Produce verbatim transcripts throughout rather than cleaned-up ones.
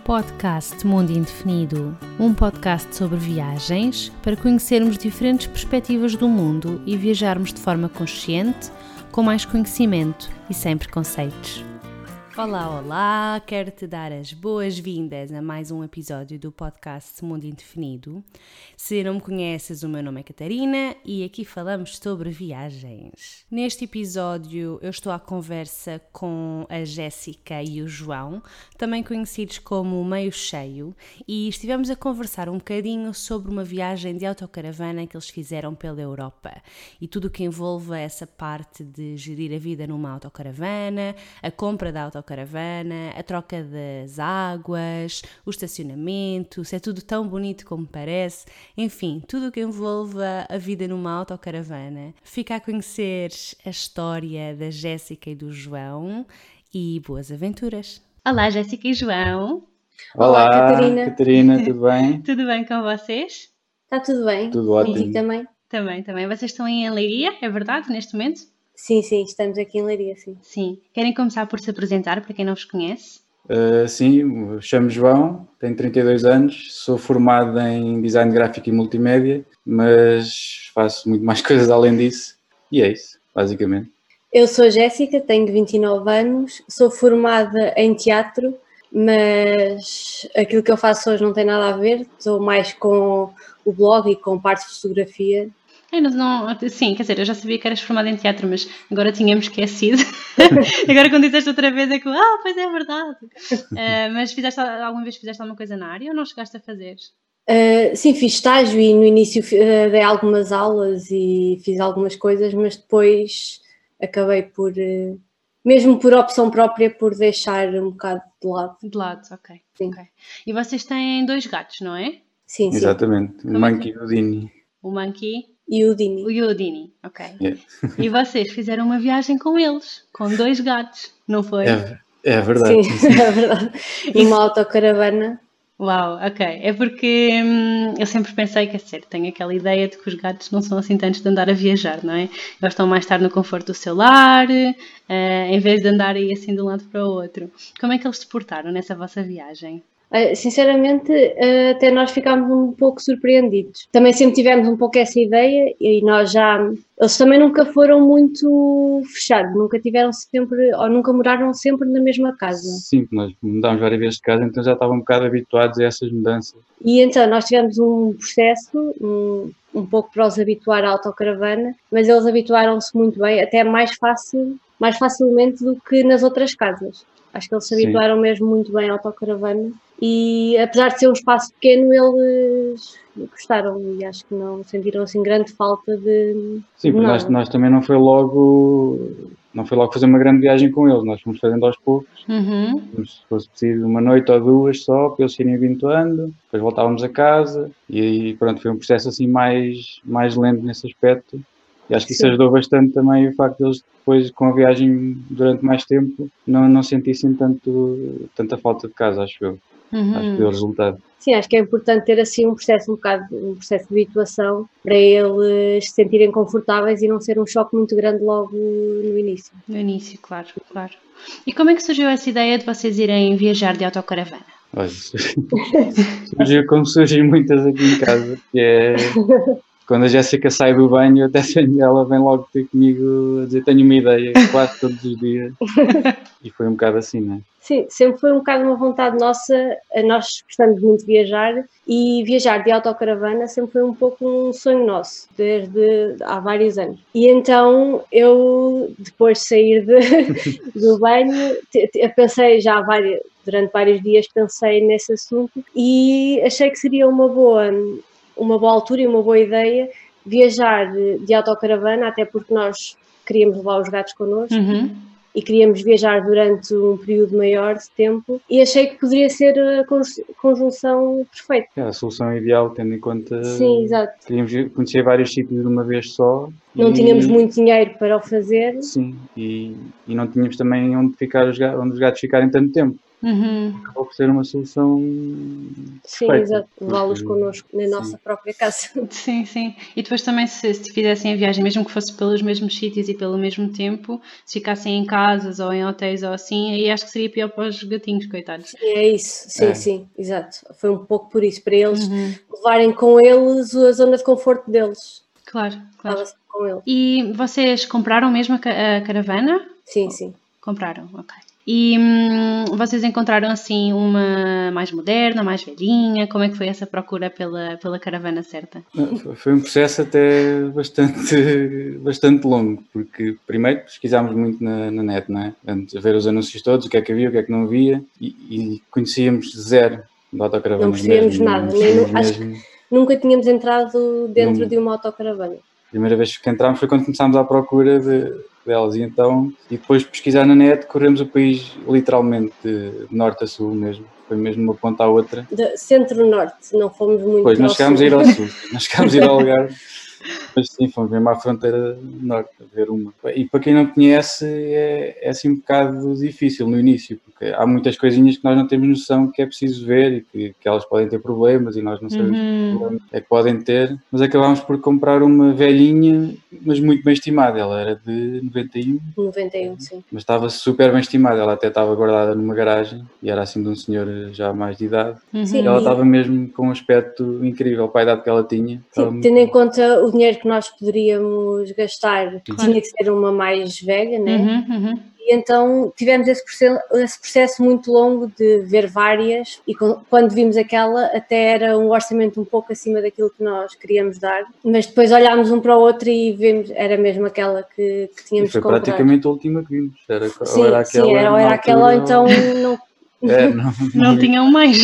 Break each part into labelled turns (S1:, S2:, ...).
S1: Podcast Mundo Indefinido, um podcast sobre viagens para conhecermos diferentes perspectivas do mundo e viajarmos de forma consciente, com mais conhecimento e sem preconceitos. Olá, olá! Quero-te dar as boas-vindas a mais um episódio do podcast Mundo Indefinido. Se não me conheces, o meu nome é Catarina e aqui falamos sobre viagens. Neste episódio eu estou à conversa com a Jéssica e o João, também conhecidos como Meio Cheio, e estivemos a conversar um bocadinho sobre uma viagem de autocaravana que eles fizeram pela Europa e tudo o que envolve essa parte de gerir a vida numa autocaravana, a compra da autocaravana, caravana, a troca das águas, o estacionamento, se é tudo tão bonito como parece, enfim, tudo o que envolve a vida numa autocaravana. Fica a conhecer a história da Jéssica e do João e boas aventuras. Olá, Jéssica e João.
S2: Olá, Olá Catarina. Catarina, tudo bem?
S1: Tudo bem com vocês?
S3: Está tudo bem.
S2: Tudo ótimo.
S3: Contigo também?
S1: Também, também. Vocês estão em Leiria, é verdade, neste momento?
S3: Sim, sim, estamos aqui em Leiria, sim.
S1: Sim. Querem começar por se apresentar, para quem não vos conhece?
S2: Uh, sim, chamo-me João, tenho trinta e dois anos, sou formado em Design Gráfico e Multimédia, mas faço muito mais coisas além disso, e é isso, basicamente.
S3: Eu sou Jéssica, tenho vinte e nove anos, sou formada em teatro, mas aquilo que eu faço hoje não tem nada a ver, estou mais com o blog e com parte de fotografia.
S1: Eu não, não, sim, quer dizer, eu já sabia que eras formada em teatro, mas agora tínhamos esquecido. Agora quando disseste outra vez é que, ah, pois é verdade. Uh, mas fizeste, alguma vez fizeste alguma coisa na área ou não chegaste a fazer?
S3: Uh, sim, fiz estágio e no início uh, dei algumas aulas e fiz algumas coisas, mas depois acabei por, uh, mesmo por opção própria, por deixar um bocado de lado.
S1: De lado, ok. Sim. Okay. E vocês têm dois gatos, não é?
S3: Sim, sim.
S2: Exatamente, o Monkey e o Dini.
S1: O Monkey...
S3: E o Dini.
S1: O Yudini, ok.
S2: Yeah.
S1: E vocês fizeram uma viagem com eles, com dois gatos, não foi?
S2: É, é verdade.
S3: Sim, é verdade. Numa autocaravana.
S1: Uau, ok. É porque hum, eu sempre pensei que, é sério, tenho aquela ideia de que os gatos não são assim tantos de andar a viajar, não é? Eles estão mais tarde no conforto do seu lar, uh, em vez de andar aí assim de um lado para o outro. Como é que eles se portaram nessa vossa viagem?
S3: Sinceramente, até nós ficámos um pouco surpreendidos. Também sempre tivemos um pouco essa ideia e nós já... Eles também nunca foram muito fechados, nunca tiveram sempre, ou nunca moraram sempre na mesma casa.
S2: Sim, nós mudámos várias vezes de casa, então já estavam um bocado habituados a essas mudanças.
S3: E então nós tivemos um processo, um, um pouco para os habituar à autocaravana, mas eles habituaram-se muito bem, até mais fácil, mais facilmente do que nas outras casas. Acho que eles se habituaram Sim. mesmo muito bem à autocaravana e, apesar de ser um espaço pequeno, eles gostaram e acho que não sentiram assim grande falta de
S2: Sim,
S3: de
S2: nós, nós também não foi logo não foi logo fazer uma grande viagem com eles, nós fomos fazendo aos poucos,
S1: uhum.
S2: se fosse preciso uma noite ou duas só, para eles irem habituando, depois voltávamos a casa e aí pronto, foi um processo assim mais, mais lento nesse aspecto. E acho que isso Sim. ajudou bastante também o facto de eles depois, com a viagem durante mais tempo, não, não sentissem tanto, tanta falta de casa, acho eu.
S1: Uhum.
S2: Acho que deu resultado.
S3: Sim, acho que é importante ter assim um processo, um bocado, um processo de habituação para eles se sentirem confortáveis e não ser um choque muito grande logo no início.
S1: No início, claro, claro. E como é que surgiu essa ideia de vocês irem viajar de autocaravana?
S2: Olha, surgiu como surgem muitas aqui em casa, que é... Quando a Jéssica sai do banho, até tenho, ela vem logo ter comigo a dizer tenho uma ideia, quase todos os dias. E foi um bocado assim, não é?
S3: Sim, sempre foi um bocado uma vontade nossa, nós gostamos muito de viajar e viajar de autocaravana sempre foi um pouco um sonho nosso, desde há vários anos. E então eu, depois de sair de, do banho, eu pensei já várias, durante vários dias pensei nesse assunto e achei que seria uma boa... uma boa altura e uma boa ideia viajar de, de autocaravana, até porque nós queríamos levar os gatos connosco
S1: uhum.
S3: e queríamos viajar durante um período maior de tempo e achei que poderia ser a conjunção perfeita.
S2: É a solução ideal, tendo em conta
S3: Sim, exato.
S2: Queríamos conhecer vários sítios de uma vez só.
S3: Não
S2: e...
S3: tínhamos muito dinheiro para o fazer.
S2: Sim, e, e não tínhamos também onde, ficar os gatos, onde os gatos ficarem tanto tempo.
S1: Uhum.
S2: acabou por ser uma solução
S3: Sim,
S2: perfeita,
S3: exato. Levá-los
S2: porque-
S3: connosco na nossa
S2: sim.
S3: própria casa.
S1: Sim, sim. E depois também se, se fizessem a viagem, mesmo que fosse pelos mesmos sítios e pelo mesmo tempo, se ficassem em casas ou em hotéis ou assim, aí acho que seria pior para os gatinhos, coitados.
S3: Sim, é isso. Sim,
S2: É.
S3: sim, exato. Foi um pouco por isso, para eles
S1: Uhum.
S3: levarem com eles a zona de conforto deles.
S1: Claro, claro.
S3: Estava sempre com eles.
S1: E vocês compraram mesmo a, ca- a caravana?
S3: Sim, sim.
S1: Compraram, ok. E hum, vocês encontraram assim uma mais moderna, mais velhinha? Como é que foi essa procura pela, pela caravana certa?
S2: Não, foi- Foi um processo até bastante, bastante longo, porque primeiro pesquisámos muito na, na net, não é? Antes, a ver os anúncios todos, o que é que havia, o que é que não havia, e, e conhecíamos zero de autocaravanas.
S3: Não percebíamos
S2: mesmo,
S3: nada.
S2: não
S3: Nem,
S2: percebíamos
S3: nu- acho que
S2: mesmo.
S3: nunca tínhamos entrado dentro
S2: Num-
S3: de uma autocaravana.
S2: A primeira vez que entramos foi quando começámos à procura de, delas, e então, e depois de pesquisar na net, corremos o país literalmente de norte a sul mesmo, foi mesmo de uma ponta à outra.
S3: De centro-norte, não fomos muito
S2: Depois
S3: para
S2: nós
S3: o
S2: chegámos a
S3: sul.
S2: ir ao sul, nós chegámos a ir ao Algarve, mas sim, fomos mesmo à fronteira norte a ver uma. E para quem não conhece, é, é assim um bocado difícil no início, porque há muitas coisinhas que nós não temos noção que é preciso ver e que, que elas podem ter problemas e nós não sabemos que
S1: Uhum.
S2: problemas é que podem ter, mas acabámos por comprar uma velhinha, mas muito bem estimada. Ela era de noventa e um,
S3: noventa e um, sim.
S2: mas estava super bem estimada. Ela até estava guardada numa garagem e era assim de um senhor já mais de idade.
S3: Sim,
S2: E ela
S3: e-
S2: estava mesmo com um aspecto incrível, para a idade que ela tinha. Estava
S3: Sim,
S2: muito
S3: tendo em conta o dinheiro que nós poderíamos gastar, tinha que ser uma mais velha, né?
S1: Uhum, uhum.
S3: E então tivemos esse processo, esse processo muito longo de ver várias, e com- quando vimos aquela até era um orçamento um pouco acima daquilo que nós queríamos dar, mas depois olhámos um para o outro e vimos, era mesmo aquela que, que
S2: E
S3: tínhamos
S2: foi
S3: de comprar.
S2: praticamente a última que vimos. Era,
S3: Sim,
S2: ou era aquela,
S3: sim, era, ou
S2: na
S3: era aquela ou
S2: altura,
S3: então não.
S2: É, não,
S1: Não tinham mais.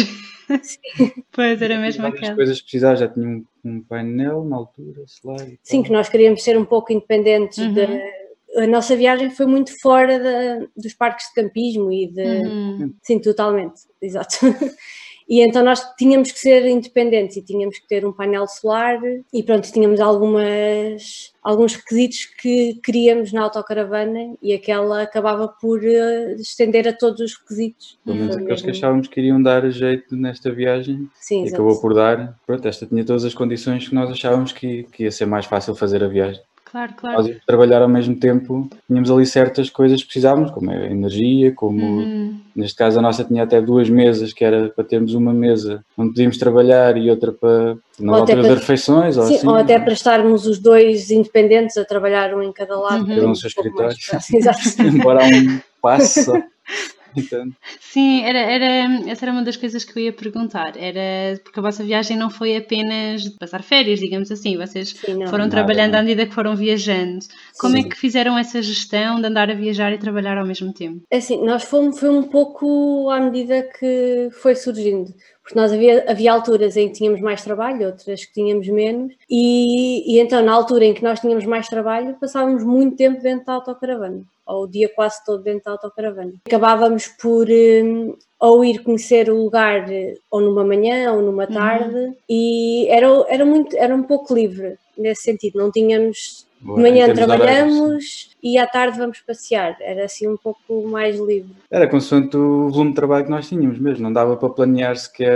S1: Pois era mesmo
S2: várias
S1: aquela.
S2: coisas que precisava, já tinha um, um painel na altura, solar e
S3: Sim,
S2: tal.
S3: que nós queríamos ser um pouco independentes.
S1: Uhum.
S3: de- a nossa viagem foi muito fora da- dos parques de campismo e de.
S1: Uhum.
S3: Sim, totalmente, exato. E então nós tínhamos que ser independentes e tínhamos que ter um painel solar e pronto, tínhamos algumas, alguns requisitos que queríamos na autocaravana e aquela acabava por eh, estender a todos os requisitos.
S2: Pelo menos
S3: Foi
S2: aqueles que
S3: mesmo-
S2: achávamos que iriam dar jeito nesta viagem.
S3: Sim,
S2: E
S3: exato.
S2: acabou por dar. Pronto, esta tinha todas as condições que nós achávamos que, que ia ser mais fácil fazer a viagem.
S1: Claro, claro.
S2: Nós íamos trabalhar ao mesmo tempo, tínhamos ali certas coisas que precisávamos, como a energia, como
S1: Uhum.
S2: neste caso a nossa tinha até duas mesas, que era para termos uma mesa onde podíamos trabalhar e outra para nas
S3: Ou até
S2: alturas
S3: para-
S2: das refeições, ou
S3: Sim,
S2: assim.
S3: ou até para estarmos os dois independentes a trabalhar um em cada lado.
S1: Uhum.
S2: Cada um no
S3: termos
S2: seu
S3: um pouco mais
S2: escritório.
S3: espaço. Exato.
S2: Embora há um passo só. Então,
S1: Sim, era, era, essa era uma das coisas que eu ia perguntar. Era porque a vossa viagem não foi apenas de passar férias, digamos assim. Vocês
S3: Sim, não.
S1: foram
S2: Nada,
S1: trabalhando
S2: não.
S1: à medida que foram viajando. Como é
S3: Sim.
S1: que fizeram essa gestão de andar a viajar e trabalhar ao mesmo tempo?
S3: É assim, nós fomos, foi um pouco à medida que foi surgindo, porque nós havia, havia alturas em que tínhamos mais trabalho, outras que tínhamos menos, e, e então na altura em que nós tínhamos mais trabalho, passávamos muito tempo dentro da autocaravana, ou o dia quase todo dentro da autocaravana. Acabávamos por um, ou ir conhecer o lugar ou numa manhã ou numa tarde, e era, era, muito, era um pouco livre nesse sentido, não tínhamos... De
S2: em
S3: manhã
S2: termos de horários,
S3: trabalhamos e à tarde vamos passear, era assim um pouco mais livre.
S2: era consoante o volume de trabalho que nós tínhamos mesmo, não dava para planear sequer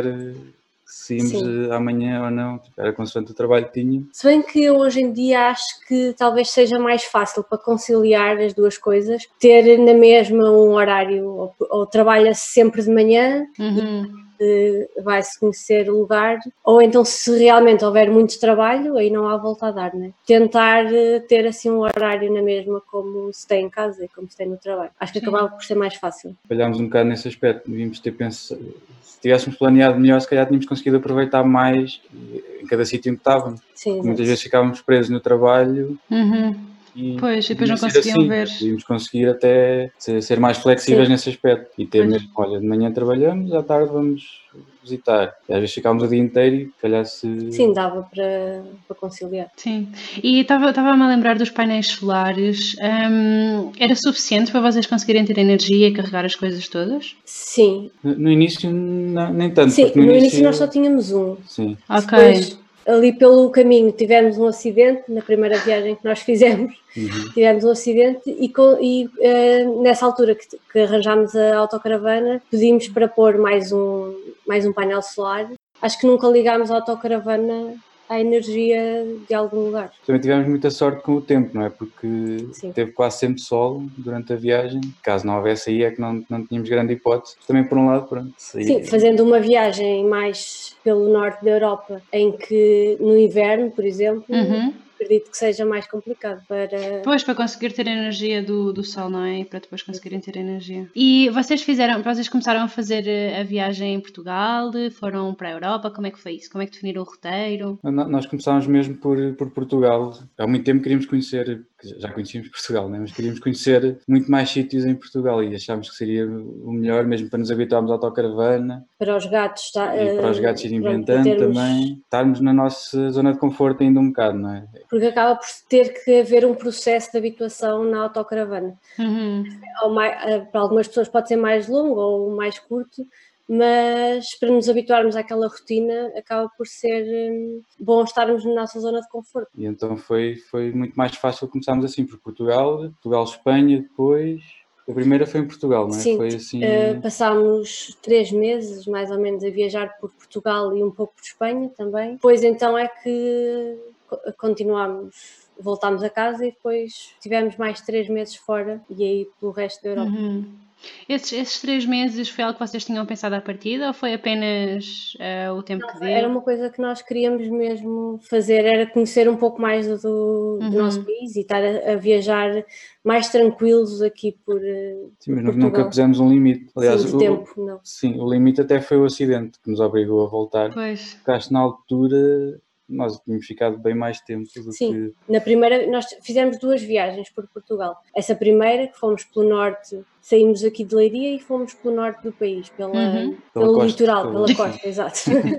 S2: se íamos
S3: Sim.
S2: eh, amanhã ou não, era consoante o trabalho que tínhamos.
S3: Se bem que eu hoje em dia acho que talvez seja mais fácil para conciliar as duas coisas, ter na mesma um horário, ou, ou trabalha-se sempre de manhã,
S1: Uhum.
S3: eh, vai-se conhecer o lugar, ou então se realmente houver muito trabalho, aí não há volta a dar, né? Tentar eh, ter assim um horário na mesma como se tem em casa e como se tem no trabalho. Acho que
S1: Sim.
S3: acabava por ser mais fácil.
S2: Falhámos um bocado nesse aspecto, devíamos ter pensado, se tivéssemos planeado melhor, se calhar tínhamos conseguido aproveitar mais em cada sítio em que estávamos.
S3: Sim,
S2: Muitas
S3: exato.
S2: vezes ficávamos presos no trabalho
S1: Uhum.
S2: e
S1: Pois, e depois não
S2: podíamos ser
S1: conseguiam
S2: assim,
S1: ver.
S2: podíamos conseguir até ser, ser mais flexíveis
S3: Sim.
S2: nesse aspecto e ter
S1: Pois.
S2: mesmo, olha, de manhã trabalhamos, à tarde vamos visitar. E às vezes ficávamos o dia inteiro e calhar se...
S3: Sim, dava para, para conciliar.
S1: Sim, e estava-me a lembrar dos painéis solares. Hum, era suficiente para vocês conseguirem ter energia e carregar as coisas todas?
S3: Sim,
S2: No, no início não, nem tanto,
S3: sim,
S2: porque
S3: no,
S2: no,
S3: início nós só tínhamos um.
S2: Sim,
S1: Ok.
S3: Depois, ali pelo caminho tivemos um acidente, na primeira viagem que nós fizemos, uhum. tivemos um acidente e, e uh, nessa altura que, que arranjámos a autocaravana, pedimos para pôr mais um, mais um painel solar. Acho que nunca ligámos a autocaravana à energia de algum lugar.
S2: Também tivemos muita sorte com o tempo, não é? Porque
S3: Sim.
S2: teve quase sempre sol durante a viagem. Caso não houvesse aí é que não, não tínhamos grande hipótese. Também por um lado, pronto.
S3: Sim, fazendo uma viagem mais pelo norte da Europa, em que no inverno, por exemplo, uhum. acredito que seja mais complicado para...
S1: Pois, para conseguir ter a energia do, do sol, não é? E para depois conseguirem ter energia. E vocês fizeram, vocês começaram a fazer a viagem em Portugal, foram para a Europa, como é que foi isso? Como é que definiram o roteiro?
S2: Nós começámos mesmo por, por Portugal. Há muito tempo queríamos conhecer, já conhecíamos Portugal, né? Mas queríamos conhecer muito mais sítios em Portugal e achámos que seria o melhor, mesmo para nos habituarmos à autocaravana.
S3: Para os gatos, tá,
S2: e para os gatos irem inventando termos... também, estarmos na nossa zona de conforto ainda um bocado, não é?
S3: Porque acaba por ter que haver um processo de habituação na autocaravana.
S1: Uhum.
S3: Ou mais, para algumas pessoas pode ser mais longo ou mais curto, mas para nos habituarmos àquela rotina acaba por ser hum, bom estarmos na nossa zona de conforto.
S2: E então foi, foi muito mais fácil começarmos assim por Portugal, Portugal, Espanha, depois... A primeira foi em Portugal, não é?
S3: Sim,
S2: foi assim...
S3: uh, passámos três meses mais ou menos a viajar por Portugal e um pouco por Espanha também. Depois então é que continuámos, voltámos a casa e depois tivemos mais três meses fora e aí pelo resto da Europa.
S1: Uhum. Esses, esses três meses foi algo que vocês tinham pensado à partida ou foi apenas uh, o tempo
S3: Não,
S1: que deu?
S3: Era uma coisa que nós queríamos mesmo fazer, era conhecer um pouco mais do, do
S1: uhum.
S3: nosso país e estar a, a viajar mais tranquilos aqui por,
S2: sim,
S3: por
S2: mas
S3: Portugal.
S2: Nunca pusemos um limite. Aliás,
S3: sim, de
S2: o,
S3: tempo, não.
S2: Sim, o limite até foi o acidente que nos obrigou a voltar.
S1: Pois.
S2: Porque acho que na altura nós tínhamos ficado bem mais tempo do
S3: Sim,
S2: que...
S3: na primeira, nós fizemos duas viagens por Portugal. Essa primeira, que fomos pelo norte, saímos aqui de Leiria e fomos pelo norte do país, pela,
S1: uhum.
S3: pelo
S2: costa,
S3: litoral,
S2: pela...
S3: pela costa, exato.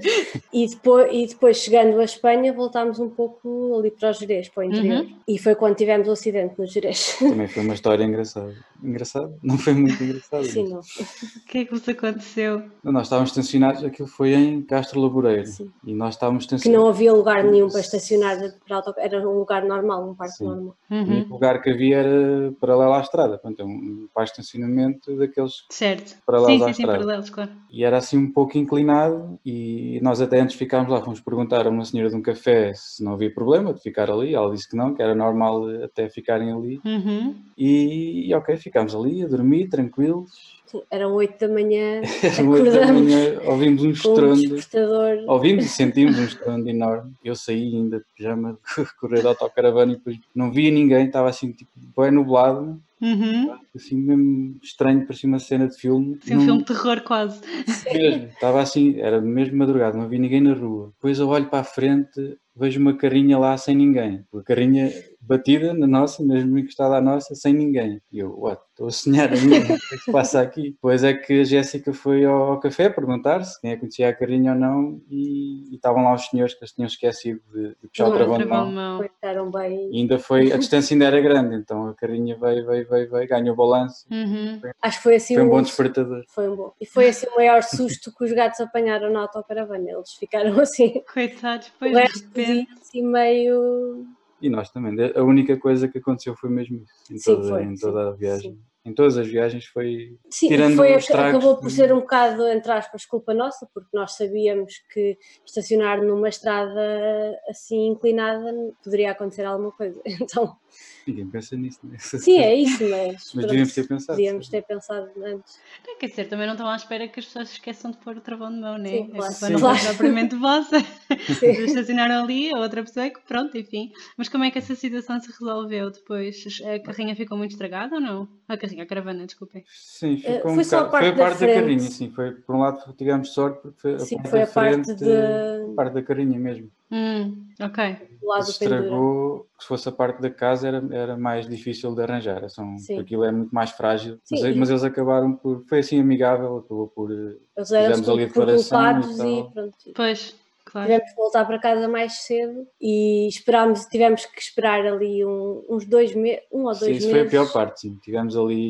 S3: e, depois, e depois, chegando à Espanha, voltámos um pouco ali para o Gerês, para o interior. Uhum. E foi quando tivemos o acidente no Gerês.
S2: Também foi uma história engraçada. Engraçada? Não foi muito engraçada.
S3: Sim, não.
S1: O que é que vos aconteceu?
S2: Nós estávamos estacionados, aquilo foi em Castro Laboreiro.
S3: Sim.
S2: E nós estávamos estacionados...
S3: Que não havia lugar nenhum para estacionar, para auto... era um lugar normal, um parque
S2: Sim.
S3: normal.
S2: Uhum. O único lugar que havia era paralelo à estrada, portanto, um parque de estacionamento daqueles
S1: certo.
S2: paralelos
S1: sim,
S2: à
S1: sim,
S2: estrada.
S1: Sim, paralelos, claro.
S2: E era assim um pouco inclinado e nós até antes de ficarmos lá fomos perguntar a uma senhora de um café se não havia problema de ficar ali, ela disse que não, que era normal até ficarem ali.
S1: Uhum.
S2: E, e ok, ficámos ali a dormir, tranquilos.
S3: Sim, eram oito da manhã,
S2: eram oito da manhã, ouvimos um estrondo,
S3: um
S2: ouvimos e sentimos um estrondo enorme. Eu saí ainda de pijama, correr de autocaravana e depois não via ninguém, estava assim tipo bem nublado.
S1: Uhum.
S2: Assim mesmo estranho, parecia uma cena de filme.
S1: Sim, um filme de terror quase.
S2: Mesmo, estava assim, era mesmo madrugada, não havia ninguém na rua. Depois eu olho para a frente, vejo uma carrinha lá sem ninguém. A carrinha batida na nossa, mesmo encostada à nossa, sem ninguém. E eu, what? Estou a sonhar ainda, o que é que se passa aqui? Depois é que a Jéssica foi ao café perguntar se quem é que conhecia a carrinha ou não e, e estavam lá os senhores que eles tinham esquecido de, de puxar não, o travão de mão.
S1: mão.
S3: Bem...
S2: E ainda foi, a distância ainda era grande, então a carrinha veio, veio, veio, veio ganhou o balanço.
S1: Uhum.
S2: Foi,
S3: Acho que foi assim
S2: foi um
S3: um
S2: bom despertador.
S3: Foi um bom. E foi assim o maior susto que os gatos apanharam na autocaravana. Eles ficaram assim.
S1: Coitados, depois
S3: o resto de repente... assim meio...
S2: E nós também. A única coisa que aconteceu foi mesmo isso. Em
S3: sim,
S2: toda,
S3: foi,
S2: em toda
S3: sim,
S2: a viagem.
S3: Sim.
S2: Em todas as viagens foi...
S3: Sim,
S2: tirando
S3: foi,
S2: os estragos,
S3: acabou por ser um bocado, entre aspas, culpa nossa, porque nós sabíamos que estacionar numa estrada assim inclinada poderia acontecer alguma coisa. Então...
S2: Ninguém pensa nisso, não é?
S3: Sim, é isso, mas...
S2: mas devíamos ter pensado.
S3: Devíamos ter pensado antes.
S1: Não, quer dizer, também não estão à espera que as pessoas se esqueçam de pôr o travão de mão, não é?
S3: Sim, claro.
S1: A culpa não
S3: claro.
S1: é propriamente vossa. Estacionaram ali, a outra pessoa é que pronto, enfim. Mas como é que essa situação se resolveu depois? A carrinha ficou muito estragada ou não? A carrinha, a caravana, desculpem.
S2: Sim, ficou
S3: uh,
S2: um
S3: foi só a parte,
S2: foi a parte da,
S3: da
S2: carrinha, sim. Foi, por um lado tivemos sorte porque foi a
S3: sim,
S2: parte
S3: foi
S2: da
S3: a parte
S2: frente,
S3: de...
S2: a parte da carrinha mesmo.
S1: Hum, ok.
S3: Do lado
S2: se estragou, se fosse a parte da casa era, era mais difícil de arranjar. São, aquilo é muito mais frágil. Mas, mas eles acabaram por... Foi assim amigável, acabou por...
S3: Eles
S2: fizemos ali a declaração e tal.
S3: E pronto.
S1: Pois. Claro.
S3: Tivemos que voltar para casa mais cedo e esperámos, tivemos que esperar ali um, uns dois meses, um ou dois
S2: sim,
S3: meses.
S2: Isso foi a pior parte, sim. Tivemos ali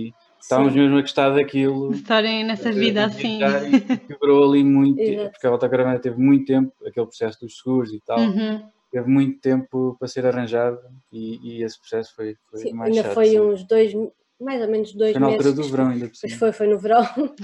S2: estávamos mesmo a gostar daquilo.
S1: Estarem nessa vida assim.
S2: E quebrou ali muito,
S3: Exato.
S2: porque a autocaravana teve muito tempo, aquele processo dos seguros e tal,
S1: Uhum.
S2: teve muito tempo para ser arranjado e, e esse processo foi, foi
S3: Sim,
S2: mais
S3: ainda
S2: chato.
S3: foi
S2: sim.
S3: uns dois, mais ou menos dois
S2: Foi na
S3: meses.
S2: altura do verão ainda por
S3: Pois
S2: cima.
S3: foi, foi no verão.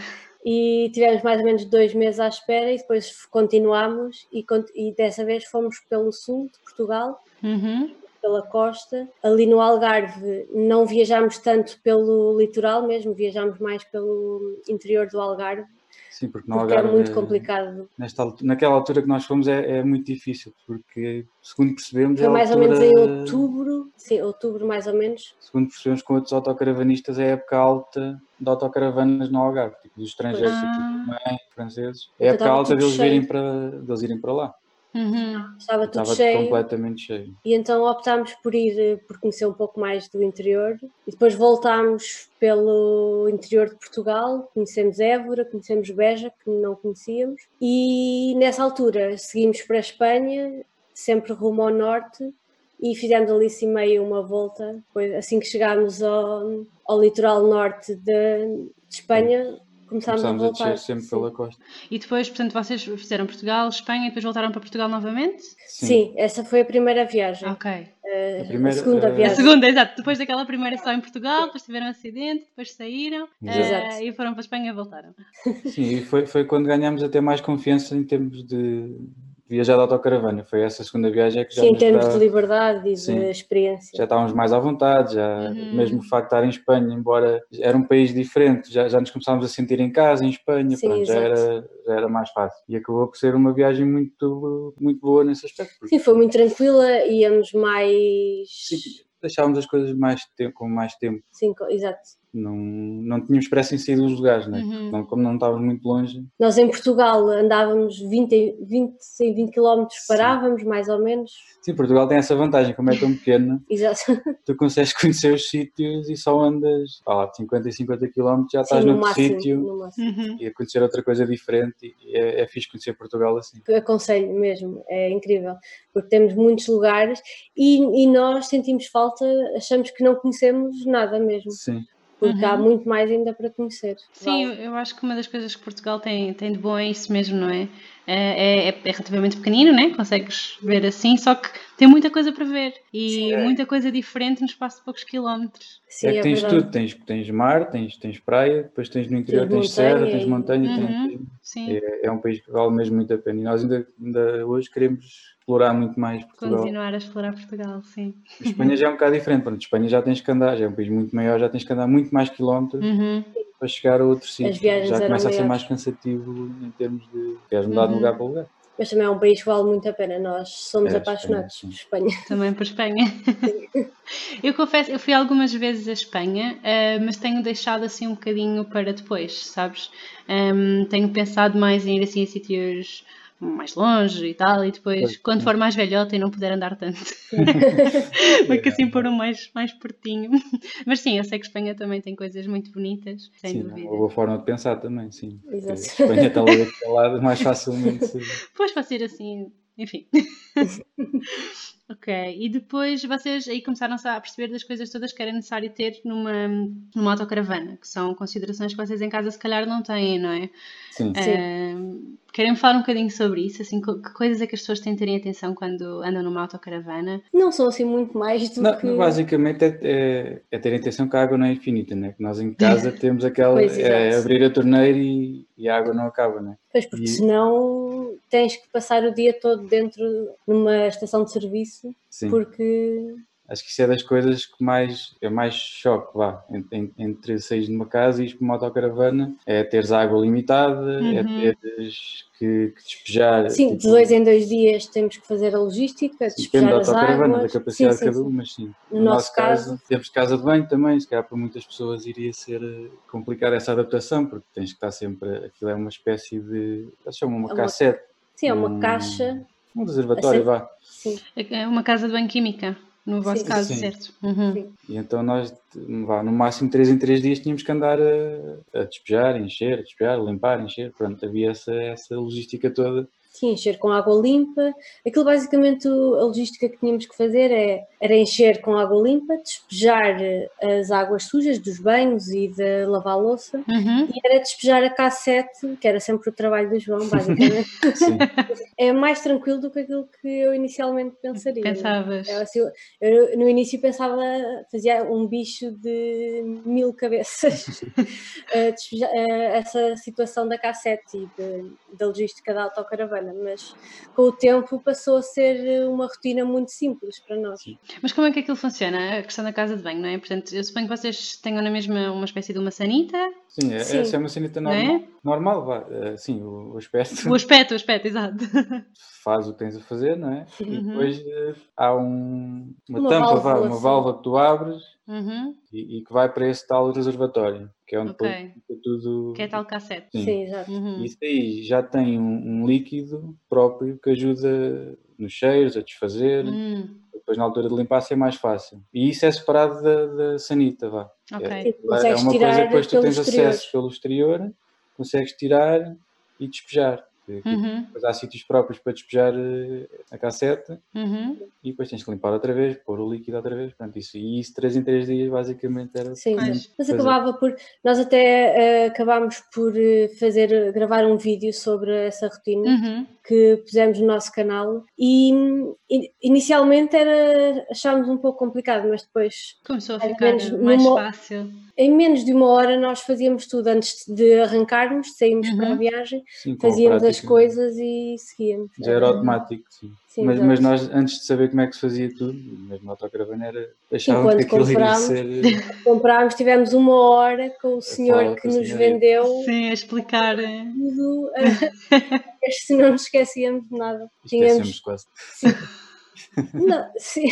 S3: E tivemos mais ou menos dois meses à espera e depois continuámos e, cont- e dessa vez fomos pelo sul de Portugal,
S1: Uhum.
S3: pela costa. Ali no Algarve não viajámos tanto pelo litoral mesmo, viajámos mais pelo interior do Algarve,
S2: Sim, porque no
S3: porque
S2: Algarve,
S3: é muito complicado.
S2: Nesta, altu- naquela altura que nós fomos é, é muito difícil, porque segundo percebemos
S3: Foi
S2: é a
S3: mais ou
S2: altura,
S3: menos em outubro, sim, outubro mais ou menos.
S2: segundo percebemos com outros autocaravanistas é a época alta de autocaravanas no Algarve, tipo dos estrangeiros,
S1: Pois.
S2: tipo
S1: Ah.
S2: alemães, franceses, é
S3: Então
S2: a época
S3: estava
S2: alta
S3: tudo
S2: deles,
S3: cheio.
S2: virem para, deles irem para lá.
S1: Uhum.
S3: Estava tudo
S2: Estava
S3: cheio.
S2: completamente cheio.
S3: E então optámos por ir, eh, por conhecer um pouco mais do interior e depois voltámos pelo interior de Portugal, conhecemos Évora, conhecemos Beja, que não conhecíamos, e nessa altura seguimos para a Espanha, sempre rumo ao norte, e fizemos ali assim meio uma volta. Depois, assim que chegámos ao, ao litoral norte de, de Espanha, começámos,
S2: Começámos
S3: a
S2: a
S3: voltar.
S2: descer sempre
S3: Sim.
S2: pela costa.
S1: E depois, portanto, vocês fizeram Portugal, Espanha e depois voltaram para Portugal novamente?
S3: Sim, essa foi a primeira viagem.
S1: Ok.
S3: Eh,
S2: A primeira,
S3: a segunda
S2: eh,
S1: A
S3: viagem.
S1: segunda, exato. Depois daquela primeira só em Portugal, depois tiveram um acidente, depois saíram
S3: Exato.
S1: eh, e foram para a Espanha e voltaram.
S2: Sim, e foi, foi quando ganhámos até mais confiança em termos de viajar de autocaravana. Foi essa segunda viagem que já
S3: Sim, em
S2: nos
S3: termos
S2: dá,
S3: de liberdade e
S2: Sim.
S3: de experiência.
S2: já estávamos mais à vontade, já,
S1: Uhum.
S2: mesmo o facto de estar em Espanha, embora era um país diferente, já, já nos começámos a sentir em casa em Espanha,
S3: Sim,
S2: pronto, já,
S3: exato.
S2: era, já era mais fácil. E acabou por ser uma viagem muito, muito boa nesse aspecto. porque,
S3: Sim, foi muito tranquila, íamos mais.
S2: sim, deixávamos as coisas mais tempo, com mais tempo.
S3: Sim, co- exato.
S2: Não, não tínhamos pressa em sair dos lugares, né?
S1: Uhum.
S2: Não, como não estávamos muito longe.
S3: Nós em Portugal andávamos vinte, vinte, sim, vinte quilómetros,
S2: Sim.
S3: parávamos mais ou menos.
S2: Sim, Portugal tem essa vantagem, como é tão pequeno,
S3: Exato.
S2: tu consegues conhecer os sítios e só andas ah, de cinquenta e cinquenta quilómetros, já estás
S3: Sim, no
S2: noutro
S3: máximo,
S2: sítio
S3: no máximo.
S1: Uhum.
S2: e a conhecer outra coisa diferente e é, é fixe conhecer Portugal assim.
S3: Aconselho mesmo, é incrível, porque temos muitos lugares e, e nós sentimos falta, achamos que não conhecemos nada mesmo,
S2: Sim,
S3: porque há
S1: Uhum.
S3: muito mais ainda para conhecer.
S1: Sim, eu, eu acho que uma das coisas que Portugal tem, tem de bom é isso mesmo, não é? É, é, é relativamente pequenino, né? Consegues ver assim, só que tem muita coisa para ver e muita coisa diferente no espaço de poucos quilómetros.
S3: Sim,
S2: é que
S3: é
S2: tens
S3: verdade.
S2: tudo, tens, tens mar, tens, tens praia, depois tens no interior,
S3: Tens
S2: tens serra,
S3: montanha
S2: tens
S3: e-
S2: montanha, tens-
S1: Uhum. Sim,
S2: é, é um país que vale mesmo muito a pena e nós ainda, ainda hoje queremos explorar muito mais Portugal.
S1: continuar a explorar Portugal, sim.
S2: A Espanha já é um bocado diferente, pronto, a Espanha já tens que andar, já é um país muito maior, já tens que andar muito mais quilómetros
S1: Uhum.
S2: para chegar a outro sítio.
S3: viagens
S2: Já
S3: eram
S2: começa a ser
S3: maiores.
S2: mais cansativo em termos de queres mudar de
S1: Uhum.
S2: lugar para lugar.
S3: Mas também é um país que vale muito a pena, nós somos
S2: É,
S3: apaixonados
S2: Espanha,
S3: por Espanha.
S1: Também para a Espanha. Eu confesso, eu fui algumas vezes a Espanha, eh, mas tenho deixado assim um bocadinho para depois, sabes? Em, tenho pensado mais em ir assim a sítios mais longe e tal, e depois,
S2: Pois,
S1: quando
S2: sim.
S1: for mais velhota e não puder andar tanto, porque assim pôr um mais, mais pertinho. Mas sim, eu sei que Espanha também tem coisas muito bonitas, sem
S2: Sim, é
S1: dúvida.
S2: uma boa forma de pensar também, sim. Porque
S3: Exato.
S2: Espanha está logo aqui ao lado, mais facilmente se...
S1: Pois pode ser assim, enfim. Ok, e depois vocês aí começaram-se a perceber das coisas todas que era necessário ter numa, numa autocaravana, que são considerações que vocês em casa se calhar não têm, não é?
S2: Sim.
S3: Sim.
S1: Uh, querem falar um bocadinho sobre isso? Assim, que coisas é que as pessoas têm de terem atenção quando andam numa autocaravana?
S3: Não são assim muito mais do
S2: Não,
S3: que.
S2: basicamente é, é, é ter atenção que a água não é infinita, né? Que nós em casa temos aquela.
S3: Pois,
S2: É
S3: exato.
S2: abrir a torneira e, e a água não acaba, né?
S3: Pois, porque
S2: E-
S3: senão tens que passar o dia todo dentro numa estação de serviço,
S2: Sim.
S3: porque
S2: Acho que isso é das coisas que mais é mais choque, vá, en- en- entre sair de uma casa e ir para uma autocaravana, é teres água limitada,
S1: Uhum.
S2: é teres que, que despejar.
S3: sim,
S2: tipo,
S3: de dois em dois dias temos que fazer a logística,
S2: depende
S3: despejar
S2: da
S3: as
S2: autocaravana,
S3: águas.
S2: da capacidade
S3: Sim,
S2: de
S3: sim,
S2: cada um,
S3: sim.
S2: mas sim.
S3: No
S2: No,
S3: nosso
S2: nosso caso,
S3: caso-
S2: temos casa de banho também, se calhar para muitas pessoas iria ser eh, complicada essa adaptação, porque tens que estar sempre, aquilo é uma espécie de, eles chamam uma
S3: É uma-
S2: cassete.
S3: Sim, é uma
S2: um-
S3: caixa.
S2: Um reservatório,
S3: Assim-
S2: vá.
S3: Sim,
S1: É uma casa de banho química, no vosso
S3: Sim.
S1: caso,
S2: Sim.
S1: certo? Uhum.
S3: sim.
S2: E então nós, vá, no máximo três em três dias tínhamos que andar a, a despejar, encher, a despejar, a limpar, encher. Pronto, havia essa, essa logística toda
S3: Sim, encher com água limpa. Aquilo basicamente a logística que tínhamos que fazer é, era encher com água limpa, despejar as águas sujas dos banhos e de lavar a louça
S1: Uhum.
S3: e era despejar a cassete, que era sempre o trabalho do João, basicamente. É mais tranquilo do que aquilo que eu inicialmente pensaria.
S1: Pensavas?
S3: Eu, assim, eu, no início pensava, fazia um bicho de mil cabeças, despejar, essa situação da cassete e de, da logística da autocaravana, mas com o tempo passou a ser uma rotina muito simples para nós.
S2: Sim.
S1: Mas como é que aquilo funciona? A questão da casa de banho, não é? Portanto, eu suponho que vocês tenham na mesma uma espécie de uma sanita.
S2: Sim,
S3: Sim.
S2: essa é uma sanita
S1: Não
S2: normal.
S1: é?
S2: Normal, vá. Uh, sim, o, o aspecto
S1: O aspecto, o aspecto, exato.
S2: faz o que tens a fazer, não é? E
S1: Uhum.
S2: depois uh, há um, uma,
S3: Uma
S2: tampa, vá,
S3: válvula,
S2: uma
S3: sim.
S2: válvula que tu abres
S1: Uhum.
S2: e, e que vai para esse tal reservatório, que é onde
S1: Ok.
S2: depois fica tudo.
S1: Que é tal cassete.
S2: Sim.
S3: Sim, exato.
S1: Uhum.
S2: Isso aí já tem um, um líquido próprio que ajuda nos cheiros, a desfazer.
S1: Hum.
S2: Depois na altura de limpar ser mais fácil. E isso é separado da, da sanita, vá.
S1: Ok.
S2: É,
S3: Sim,
S2: é
S3: consegues
S2: uma
S3: tirar
S2: coisa que depois tu
S3: pelo
S2: tens
S3: exterior.
S2: acesso pelo exterior, consegues tirar e despejar.
S1: Uhum.
S2: Depois há sítios próprios para despejar uh, a cassete
S1: Uhum.
S2: e depois tens que limpar outra vez, pôr o líquido outra vez. Portanto, isso, e isso três em três dias basicamente era
S3: Sim,
S1: Pois.
S3: mas
S2: fazer.
S3: acabava por. Nós até uh, acabámos por uh, fazer, gravar um vídeo sobre essa rotina
S1: Uhum.
S3: que pusemos no nosso canal e, e inicialmente era, achámos um pouco complicado, mas depois
S1: Começou a
S3: mais ou
S1: ficar
S3: menos
S1: mais
S3: numa-
S1: fácil.
S3: em menos de uma hora nós fazíamos tudo antes de arrancarmos, de sairmos
S1: Uhum.
S3: para a viagem,
S2: Sim, com a
S3: fazíamos as
S2: prática.
S3: coisas e seguíamos.
S2: Já era automático, sim.
S3: Sim,
S2: mas,
S3: exato.
S2: mas nós, antes de saber como é que se fazia tudo, mesmo na autocaravana, era, achávamos
S3: quando
S2: que aquilo iria
S3: comprámos,
S2: ser.
S3: Comprámos, tivemos uma hora com o senhor
S2: fala
S3: que
S2: com o
S3: nos
S2: senhor.
S3: vendeu
S1: Sim, a explicar. eh,
S3: tudo, eh, se não nos esquecíamos de nada.
S2: Esquecemos
S3: Tínhamos,
S2: quase.
S3: sim, não, sim.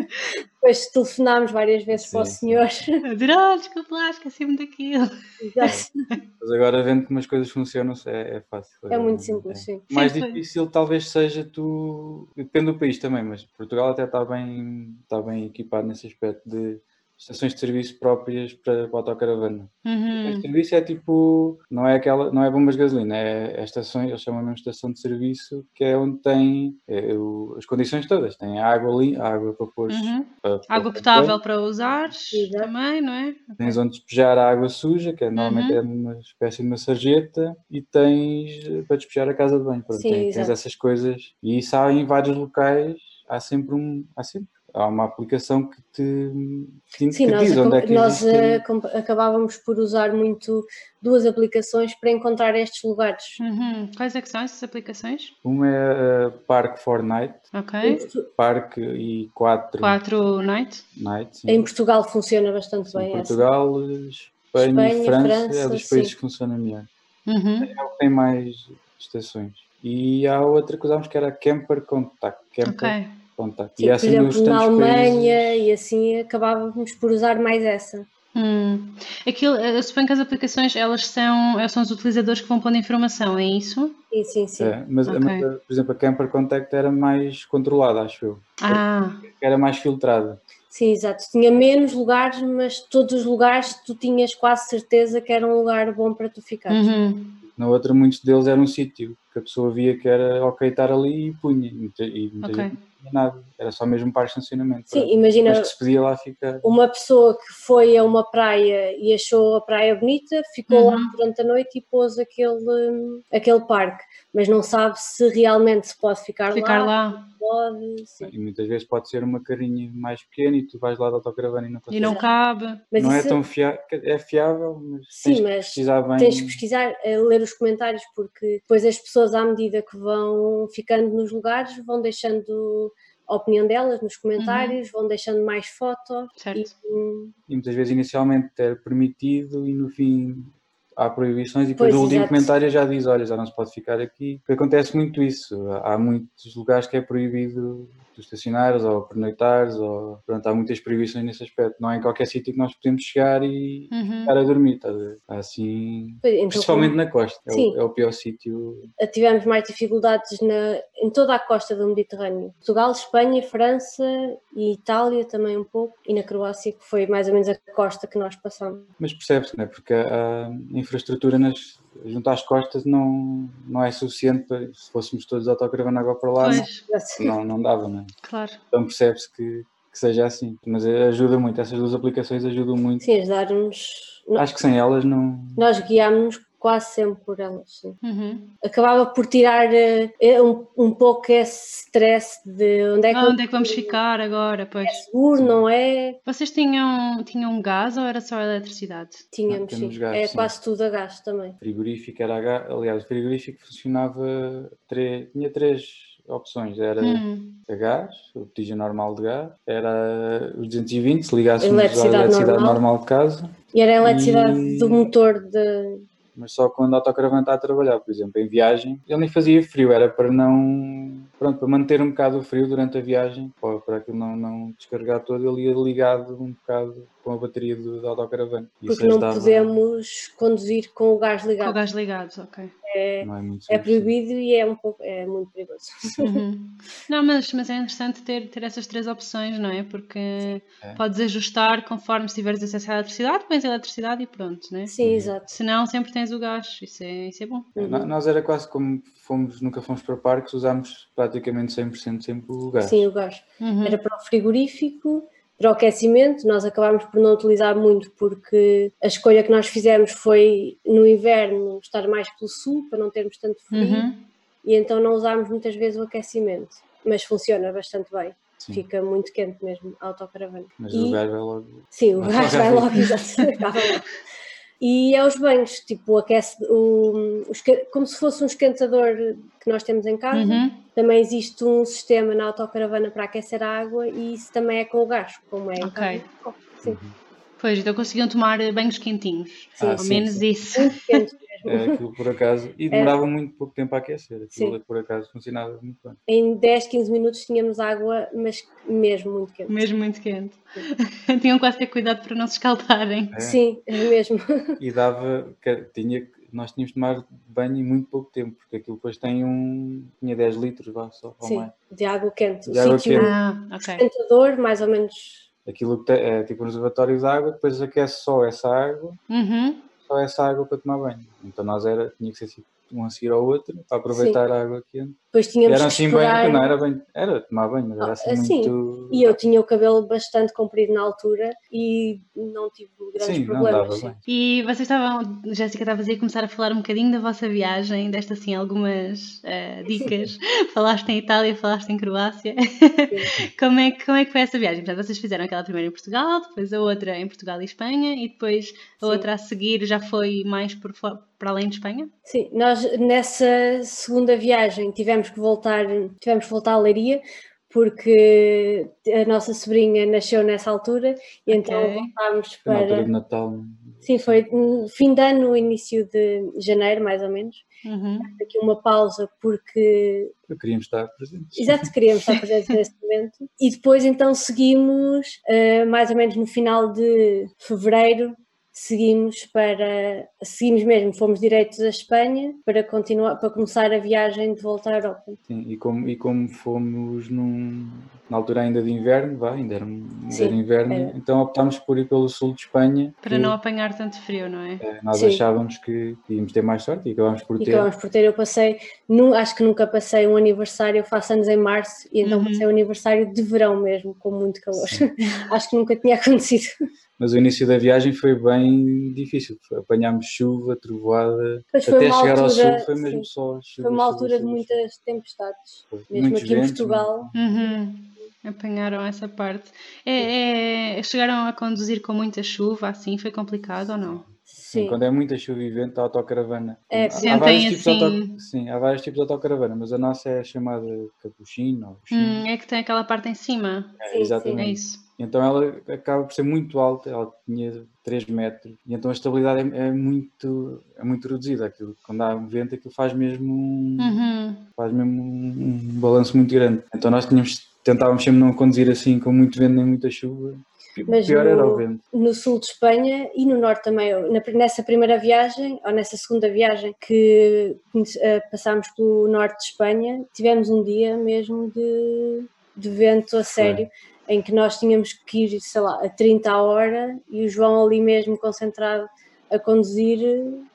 S3: Depois telefonámos várias vezes para o
S2: Sim, sim.
S3: senhor.
S1: A dizer, oh, desculpa lá, esqueci-me daquilo.
S3: Exato.
S2: Mas agora vendo como as coisas funcionam é, é fácil.
S3: É muito
S2: É.
S3: simples, sim.
S2: O mais
S1: Sim, foi.
S2: difícil talvez seja tu. Depende do país também, mas Portugal até está bem, está bem equipado nesse aspecto de estações de serviço próprias para, para a autocaravana. Estações de
S1: Uhum.
S2: serviço é tipo, não é aquela, não é bombas de gasolina, é, é estações, eles chamam mesmo estação de serviço, que é onde tem é, o, as condições todas, tem água ali, água para pôr
S1: Uhum.
S2: para, para,
S1: Água
S2: para
S1: potável para usares
S3: Exato.
S1: também, não é?
S2: tens onde despejar a água suja, que é, normalmente
S1: Uhum.
S2: é uma espécie de uma sarjeta, e tens eh, para despejar a casa de banho. Pronto,
S3: Sim,
S2: tens, tens
S3: exato.
S2: essas coisas, e isso há em vários locais, há sempre um. Há sempre. Há uma aplicação que te, que,
S3: Sim,
S2: que
S3: nós,
S2: diz onde é que
S3: nós
S2: existe.
S3: eh, comp- acabávamos por usar muito duas aplicações para encontrar estes lugares.
S1: Uhum. Quais é que são essas aplicações?
S2: Uma é a Park for Night,
S3: Em,
S1: Ok.
S3: Portu-
S2: Park e quatro
S1: Quatro night.
S2: Night, sim.
S3: em Portugal funciona bastante
S2: Sim,
S3: bem essa.
S2: Portugal, Espanha,
S3: Espanha,
S2: e França é
S3: França,
S2: dos países
S3: sim.
S2: que funcionam melhor.
S1: Uhum.
S2: É o que tem mais estações. E há outra que usámos que era a Camper Contact. Camper
S1: Ok.
S2: Contact.
S3: Sim,
S2: e há
S3: por
S2: assim nos
S3: exemplo, na
S2: tantos
S3: Alemanha
S2: países.
S3: e assim acabávamos por usar mais essa.
S1: Hum. Aquilo, eu suponho que as aplicações, elas são, elas são os utilizadores que vão pondo informação, é isso?
S3: Sim, sim, sim.
S2: É, mas,
S1: Ok.
S2: mas, por exemplo, a Camper Contact era mais controlada, acho eu.
S1: Ah,
S2: Era mais filtrada.
S3: Sim, exato. Tinha menos lugares, mas todos os lugares tu tinhas quase certeza que era um lugar bom para tu ficares.
S1: uhum.
S2: Na outra, muitos deles era um sítio que a pessoa via que era ok estar ali e punha. E muita, e muita
S1: Ok.
S2: gente não tinha nada. Era só mesmo para estacionamento.
S3: Sim,
S2: pronto.
S3: imagina
S2: Mas que se podia lá ficar.
S3: uma pessoa que foi a uma praia e achou a praia bonita, ficou lá
S1: Uhum.
S3: durante a noite e pôs aquele, hum, aquele parque, mas não sabe se realmente se pode ficar,
S1: Ficar
S3: lá,
S1: lá.
S3: pode, sim.
S2: E muitas vezes pode ser uma carinha mais pequena e tu vais lá de autocaravana e não
S1: E
S2: consegues.
S1: não cabe.
S3: Mas
S2: Não é
S3: isso-
S2: tão fiável, é fiável, mas
S3: Sim,
S2: tens que
S3: mas
S2: pesquisar bem.
S3: tens que pesquisar, eh, ler os comentários, porque depois as pessoas, à medida que vão ficando nos lugares, vão deixando a opinião delas nos comentários, vão deixando mais fotos e
S1: Certo.
S3: hum,
S2: E muitas vezes inicialmente é permitido e no fim há proibições e depois
S3: Pois,
S2: o último
S3: exato.
S2: comentário já diz, olha, já não se pode ficar aqui. Porque acontece muito isso. Há muitos lugares que é proibido tu estacionares ou pernoitares, ou pronto, há muitas proibições nesse aspecto. Não é em qualquer sítio que nós podemos chegar e
S1: Uhum.
S2: ficar a dormir, tá a ver? Assim,
S3: Pois, então,
S2: principalmente
S3: como-
S2: na costa, é
S3: Sim.
S2: o, é o pior sítio.
S3: tivemos mais dificuldades na, em toda a costa do Mediterrâneo. Portugal, Espanha, França e Itália também um pouco, e na Croácia, que foi mais ou menos a costa que nós passamos.
S2: Mas percebe-se, não é? Porque a, a infraestrutura nas, junto às costas não, não é suficiente para, se fôssemos todos de autocaravana água para lá, não, não, não dava, não é?
S1: Claro.
S2: Então percebe-se que, que seja assim, mas ajuda muito, essas duas aplicações ajudam muito.
S3: Sim, ajudar-nos.
S2: Acho que sem elas não...
S3: Nós guiámos quase sempre por elas, sim.
S1: Uhum.
S3: Acabava por tirar uh, um, um pouco esse stress de onde é que,
S1: ah, onde é que vamos ficar agora, pois.
S3: É seguro, sim. Não é?
S1: Vocês tinham, tinham gás ou era só eletricidade?
S3: Tínhamos, não, sim. Gás, é sim. Quase tudo a gás também.
S2: O frigorífico era a gás, aliás, o frigorífico funcionava, três, tinha três opções, era hum. a gás, o botija normal de gás, era os duzentos e vinte, se ligássemos à eletricidade normal. normal de casa.
S3: E era a eletricidade e... do motor de...
S2: Mas só quando a autocaravana está a trabalhar, por exemplo, em viagem, ele nem fazia frio, era para não... Pronto, para manter um bocado o frio durante a viagem, para, para aquilo não, não descarregar todo, ele ia ligado um bocado com a bateria do, da autocaravana.
S3: Porque não ajudava... podemos conduzir com o gás ligado.
S1: Com o gás ligado, ok.
S3: É,
S2: não é, muito
S3: é proibido e é, um pouco, é muito perigoso.
S1: Uhum. Não, mas, mas é interessante ter, ter essas três opções, não é? Porque é. podes ajustar conforme se tiveres acesso à eletricidade, pões a eletricidade e pronto, não é?
S3: Sim, uhum. Exato.
S1: Senão sempre tens o gás, isso é, isso é bom.
S2: Uhum. Nós era quase como fomos, nunca fomos para parques, usámos praticamente cem por cento sempre o gás.
S3: Sim, o gás. Uhum. Era para o frigorífico, para o aquecimento, nós acabámos por não utilizar muito porque a escolha que nós fizemos foi no inverno estar mais pelo sul, para não termos tanto frio, uhum. E então não usámos muitas vezes o aquecimento, mas funciona bastante bem. Sim. Fica muito quente mesmo a autocaravana.
S2: Mas
S3: e...
S2: o gás vai logo...
S3: Sim, o gás vai logo, exatamente. E é os banhos, tipo, aquece o, o, como se fosse um esquentador que nós temos em casa. Uhum. Também existe um sistema na autocaravana para aquecer a água e isso também é com o gás, como é.
S1: Ok.
S3: Então, sim.
S2: Uhum.
S1: Pois, então conseguiam tomar banhos quentinhos.
S3: Sim,
S1: ao
S3: sim,
S1: menos
S3: sim.
S1: isso.
S3: Muito quente mesmo.
S2: É aquilo por acaso. E demorava é. muito pouco tempo a aquecer. Aquilo sim. por acaso funcionava muito bem.
S3: Em dez, quinze minutos tínhamos água, mas mesmo muito quente.
S1: Mesmo muito quente. Tinham quase ter cuidado para não se escaldarem.
S3: É. Sim, é mesmo.
S2: E dava, tinha, nós tínhamos de tomar banho em muito pouco tempo, porque aquilo depois tem um, tinha dez litros, vá, só
S3: sim,
S2: mais.
S3: de água quente.
S2: De
S3: o
S2: água
S3: sítio
S2: quente.
S1: Ah, okay.
S3: esquentador, mais ou menos.
S2: Aquilo que tem, é tipo um reservatório de água, depois aquece só essa água,
S1: uhum.
S2: só essa água para tomar banho. Então nós era, tinha que ser um a seguir ao outro, para aproveitar sim. a água quente.
S3: Depois tínhamos
S2: era
S3: assim
S2: que esperar... bem, não era bem, era tomar banho, mas era assim,
S3: assim
S2: muito...
S3: E eu tinha o cabelo bastante comprido na altura e não tive grandes
S2: sim,
S3: problemas.
S2: Não dava
S3: sim.
S2: bem.
S1: E vocês estavam, Jéssica estava a dizer, começar a falar um bocadinho da vossa viagem, desta assim algumas uh, dicas. Falaste em Itália, falaste em Croácia. como, é, como é que foi essa viagem? Portanto, vocês fizeram aquela primeira em Portugal, depois a outra em Portugal e Espanha e depois a sim. outra a seguir já foi mais por fora, para além de Espanha?
S3: Sim, nós nessa segunda viagem tivemos que voltar, tivemos que voltar a Leiria porque a nossa sobrinha nasceu nessa altura e okay. então voltámos para...
S2: Na altura de Natal.
S3: Sim, foi no fim de ano, início de janeiro, mais ou menos.
S1: Uhum.
S3: Aqui uma pausa porque...
S2: Eu queríamos estar presentes.
S3: Exato, queríamos estar presentes nesse momento. E depois então seguimos, uh, mais ou menos no final de fevereiro, seguimos para, seguimos mesmo, fomos diretos à Espanha para continuar, para começar a viagem de volta à Europa.
S2: Sim, e como, e como fomos num, na altura ainda de inverno, vá, ainda era, ainda Sim, era inverno, era. Então optámos por ir pelo sul de Espanha.
S1: Para
S2: que,
S1: não apanhar tanto frio, não é?
S2: é nós
S3: Sim.
S2: achávamos que íamos ter mais sorte e acabámos por
S3: e
S2: ter.
S3: acabámos por ter, eu passei, nu, acho que nunca passei um aniversário, eu faço anos em março, e então uhum. passei um aniversário de verão mesmo, com muito calor. Acho que nunca tinha acontecido.
S2: Mas o início da viagem foi bem difícil, apanhámos chuva, trovoada, até chegar
S3: altura,
S2: ao sul foi mesmo sim, só chuva.
S3: Foi uma
S2: chuva,
S3: altura
S2: chuva,
S3: de muitas
S2: chuva.
S3: tempestades,
S2: Foi.
S3: mesmo
S2: Muitos
S3: aqui
S2: ventos,
S3: em Portugal.
S1: Uhum. Apanharam essa parte. É, é, chegaram a conduzir com muita chuva, assim, foi complicado ou não?
S2: Sim,
S3: sim.
S2: Quando é muita chuva e vento, a autocaravana.
S3: É,
S2: há, há, vários tipos
S1: assim...
S2: de auto... Sim, há vários tipos de autocaravana, mas a nossa é chamada capuchinho.
S1: Hum, é que tem aquela parte em cima.
S2: É,
S3: sim,
S2: exatamente.
S1: Sim. É isso.
S2: Então ela acaba por ser muito alta, ela tinha três metros, e então a estabilidade é, é, muito, é muito reduzida. Aquilo, quando há um vento, aquilo faz mesmo um,
S1: uhum.
S2: faz mesmo um, um balanço muito grande. Então nós tínhamos, tentávamos sempre não conduzir assim com muito vento nem muita chuva.
S3: Mas
S2: pior
S3: no,
S2: era o vento.
S3: No sul de Espanha e no norte também, nessa primeira viagem, ou nessa segunda viagem que uh, passámos pelo norte de Espanha, tivemos um dia mesmo de, de vento a sério, é. em que nós tínhamos que ir, sei lá, a trinta a hora e o João ali mesmo concentrado a conduzir,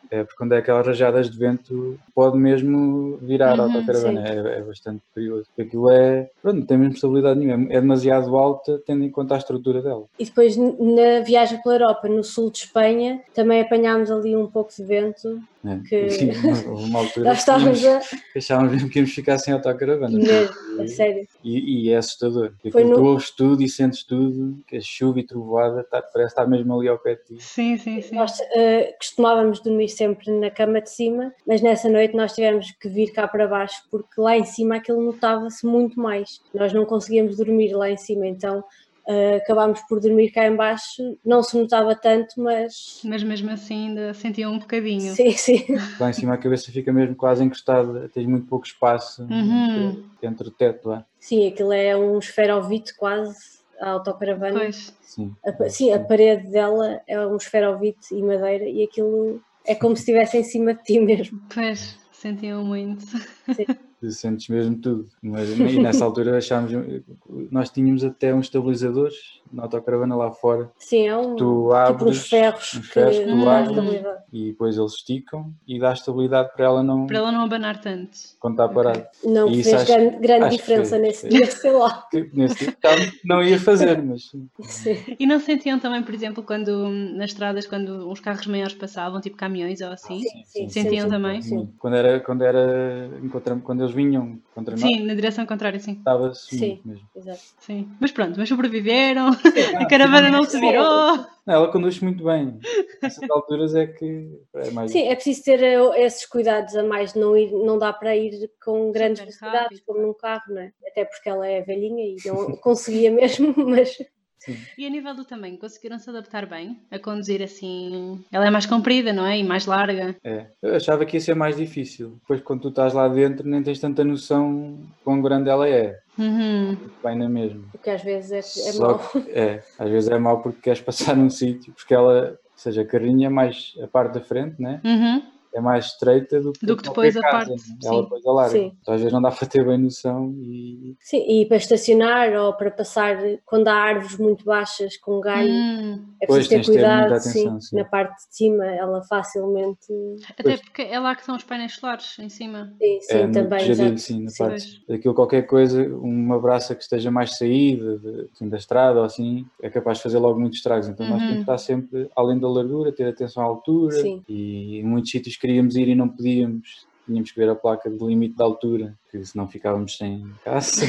S2: É, porque quando é aquelas rajadas de vento, pode mesmo virar a
S1: Uhum,
S2: autocaravana. É, é bastante perigoso. Porque aquilo é, pronto, não tem mesmo estabilidade nenhuma. É demasiado alta, tendo em conta a estrutura dela.
S3: E depois na viagem pela Europa, no sul de Espanha, também apanhámos ali um pouco de vento.
S2: É.
S3: Que
S2: E houve uma altura
S3: nós estávamos a...
S2: que achávamos mesmo que íamos ficar sem autocaravana.
S3: Mesmo, a sério.
S2: E, e é assustador. Porque
S3: Foi
S2: aquilo,
S3: no-
S2: tu ouves tudo e sentes tudo, que a chuva e trovoada tá, parece estar mesmo ali ao pé de ti.
S1: Sim, sim, sim.
S3: Nós uh, costumávamos dormir sempre na cama de cima, mas nessa noite nós tivemos que vir cá para baixo porque lá em cima aquilo notava-se muito mais. Nós não conseguíamos dormir lá em cima, então uh, acabámos por dormir cá em baixo. Não se notava tanto, mas...
S1: Mas mesmo assim ainda sentia um bocadinho.
S3: Sim, sim.
S2: Lá em cima a cabeça fica mesmo quase encostada, tens muito pouco espaço
S1: Uhum.
S2: entre, entre o teto lá.
S3: Sim, aquilo é um esferovite quase, a autocaravana.
S1: Pois.
S2: Sim,
S3: A, sim, a parede dela é um esferovite e madeira e aquilo é como se estivesse em cima de ti mesmo.
S1: Pois, sentiam muito.
S3: Sim.
S2: tu sentes mesmo tudo. Mas, e nessa altura achámos, nós tínhamos até uns estabilizadores na autocaravana lá fora.
S3: Sim, é um
S2: Tu abres,
S3: tipo uns ferros
S2: uns
S3: que
S2: ferros que tu
S3: dá
S2: abres
S3: estabilidade.
S2: e depois eles esticam e dá estabilidade para ela não,
S1: Para ela não abanar tanto.
S2: quando está parado.
S3: Não
S2: E isso
S3: fez
S2: acho-
S3: grande, grande
S2: acho que
S3: diferença
S2: fez,
S3: nesse
S2: fez.
S3: dia, sei lá.
S2: Que nesse dia não ia fazer, mas
S3: Sim.
S1: E não sentiam também, por exemplo, quando nas estradas, quando uns carros maiores passavam, tipo caminhões ou assim?
S3: Sim, sim,
S1: Sentiam
S3: sim,
S1: também?
S3: sim.
S2: muito. Quando era, quando era contra, quando eles vinham contra nós,
S1: Sim, na direção contrária, sim.
S2: estava-se
S3: Sim,
S2: muito mesmo.
S3: exato.
S1: Sim. Mas pronto, mas sobreviveram,
S2: Ah,
S1: a caravana
S2: sim,
S1: não se virou.
S2: Não, ela conduz muito bem. Nessas alturas é que é mais.
S3: Sim, é preciso ter eh, esses cuidados a mais, não, ir, não dá para ir com grandes
S1: Super
S3: velocidades
S1: rápido.
S3: como num carro, não é? Até porque ela é velhinha e não conseguia mesmo, mas
S2: Sim.
S1: E a nível do tamanho, conseguiram se adaptar bem a conduzir assim? Ela é mais comprida, não é? E mais larga.
S2: É. Eu achava que ia ser mais difícil. Depois, quando tu estás lá dentro, nem tens tanta noção quão grande ela é.
S1: Uhum.
S2: Bem na mesma.
S3: o que às vezes é, é
S2: Só
S3: mau.
S2: que, é, às vezes é mau porque queres passar num sítio, porque ela, ou seja, a carrinha é mais a parte da frente, né?
S1: Uhum.
S2: É mais estreita do que,
S1: Do que
S2: qualquer
S1: depois a
S2: casa,
S1: parte-
S2: né? Ela
S1: sim.
S2: depois alarga.
S3: Sim.
S2: Então, às vezes não dá para ter bem noção e
S3: Sim, e para estacionar ou para passar quando há árvores muito baixas com galho,
S1: Hum.
S3: é
S2: Pois,
S3: preciso ter
S2: tens de ter
S3: cuidado,
S2: muita atenção,
S3: sim,
S2: sim.
S3: na parte de cima ela facilmente,
S1: Até
S2: Pois.
S1: porque é lá que estão os painéis solares, em cima.
S3: sim, sim
S2: é no
S3: também,
S2: tejadilho,
S3: exato.
S2: sim, na
S3: Sim.
S2: parte daquilo, qualquer coisa, uma braça que esteja mais saída de, assim, da estrada ou assim, é capaz de fazer logo muitos estragos. Então nós
S1: Uhum.
S2: temos que estar sempre além da largura, ter atenção à altura.
S3: Sim.
S2: E em muitos sítios queríamos ir e não podíamos. Tínhamos que ver a placa de limite de altura, que senão ficávamos sem caça.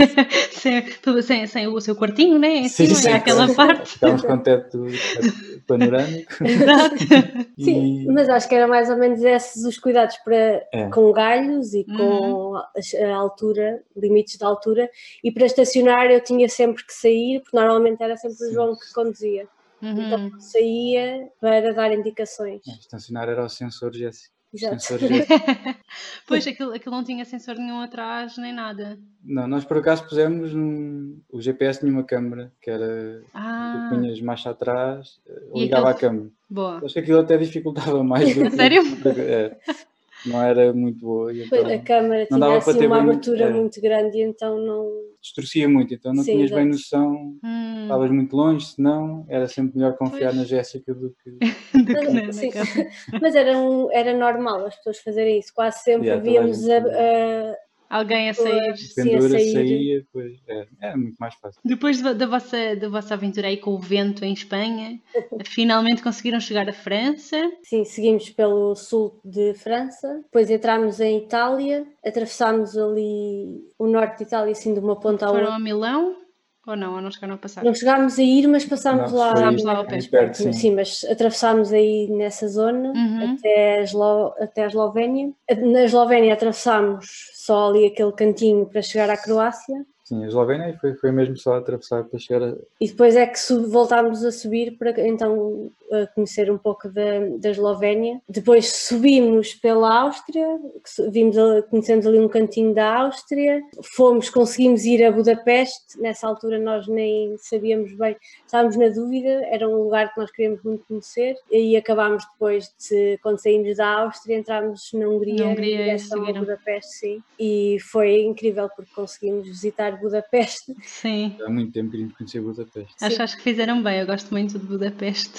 S1: sem, tudo sem, sem o seu quartinho, né? Em
S2: Sim,
S1: cima,
S2: sim,
S1: aquela
S2: sim.
S1: parte.
S2: Ficávamos com teto, teto panorâmico.
S1: Exato.
S3: Sim,
S2: E
S3: mas acho que era mais ou menos esses os cuidados para,
S2: É.
S3: com galhos e com
S1: Uhum.
S3: a, a altura, limites de altura, e para estacionar eu tinha sempre que sair, porque normalmente era sempre o
S2: Sim.
S3: João que conduzia. Então
S1: Uhum.
S3: eu saía para dar indicações.
S2: estacionar era o sensor Jéssica. Os
S3: Exato.
S2: sensores Jéssica.
S1: Pois, aquilo, aquilo não tinha sensor nenhum atrás, nem nada.
S2: Não, nós por acaso pusemos um, o G P S tinha uma câmara que era
S1: Ah,
S2: tu punhas marcha atrás, eh,
S1: E
S2: ligava
S1: aquele-
S2: à câmara.
S1: boa.
S2: Acho que aquilo até dificultava mais do que
S1: Sério?
S2: É, não era muito boa. E
S3: Pois,
S2: então
S3: a câmara
S2: não
S3: tinha
S2: dava para
S3: assim
S2: ter
S3: uma
S2: bem-
S3: abertura
S2: é.
S3: muito grande e então não.
S2: distorcia muito, então não
S3: Sim,
S2: tinhas bem
S3: exato.
S2: noção,
S1: Hum.
S2: estavas muito longe, senão era sempre melhor confiar
S1: Pois.
S2: na Jéssica do que.
S1: Do que
S3: Mas,
S1: na- na
S3: sim,
S1: casa.
S3: mas era, um, era normal as pessoas fazerem isso. Quase sempre
S2: Yeah, toda a
S3: víamos
S2: gente
S3: a, a,
S1: Alguém a sair.
S3: sim, a
S2: Pendura,
S3: sair.
S2: saía, depois era, era muito mais fácil.
S1: Depois da, da, vossa, da vossa aventura aí com o vento em Espanha, finalmente conseguiram chegar à França.
S3: Sim, seguimos pelo sul de França, depois entramos em Itália, atravessámos ali o norte de Itália, assim de uma ponta à
S1: Foram
S3: outra.
S1: a Milão? Ou não? Ou não chegaram a passar?
S3: Não chegámos a ir, mas passámos
S2: Não,
S3: lá,
S2: foi
S1: Passámos lá ao pé.
S2: aí perto, sim.
S3: sim, mas atravessámos aí nessa zona
S1: Uhum.
S3: até, a Eslo... até a Eslovénia. Na Eslovénia atravessámos só ali aquele cantinho para chegar à Croácia.
S2: Sim, a Eslovénia foi, foi mesmo só atravessar para chegar a.
S3: E depois é que sub, voltámos a subir para então a conhecer um pouco da, da Eslovénia. Depois subimos pela Áustria, vimos, conhecemos ali um cantinho da Áustria, fomos, conseguimos ir a Budapeste. Nessa altura nós nem sabíamos bem, estávamos na dúvida, era um lugar que nós queríamos muito conhecer e acabámos depois de, quando saímos da Áustria, entramos na Hungria,
S1: Na Hungria,
S3: em direção a
S1: seguiram.
S3: Budapeste, sim. E foi incrível porque conseguimos visitar Budapeste.
S1: Sim.
S2: Há muito tempo queríamos conhecer Budapeste.
S3: Sim.
S1: Acho, acho que fizeram bem. Eu gosto muito de Budapeste.
S3: É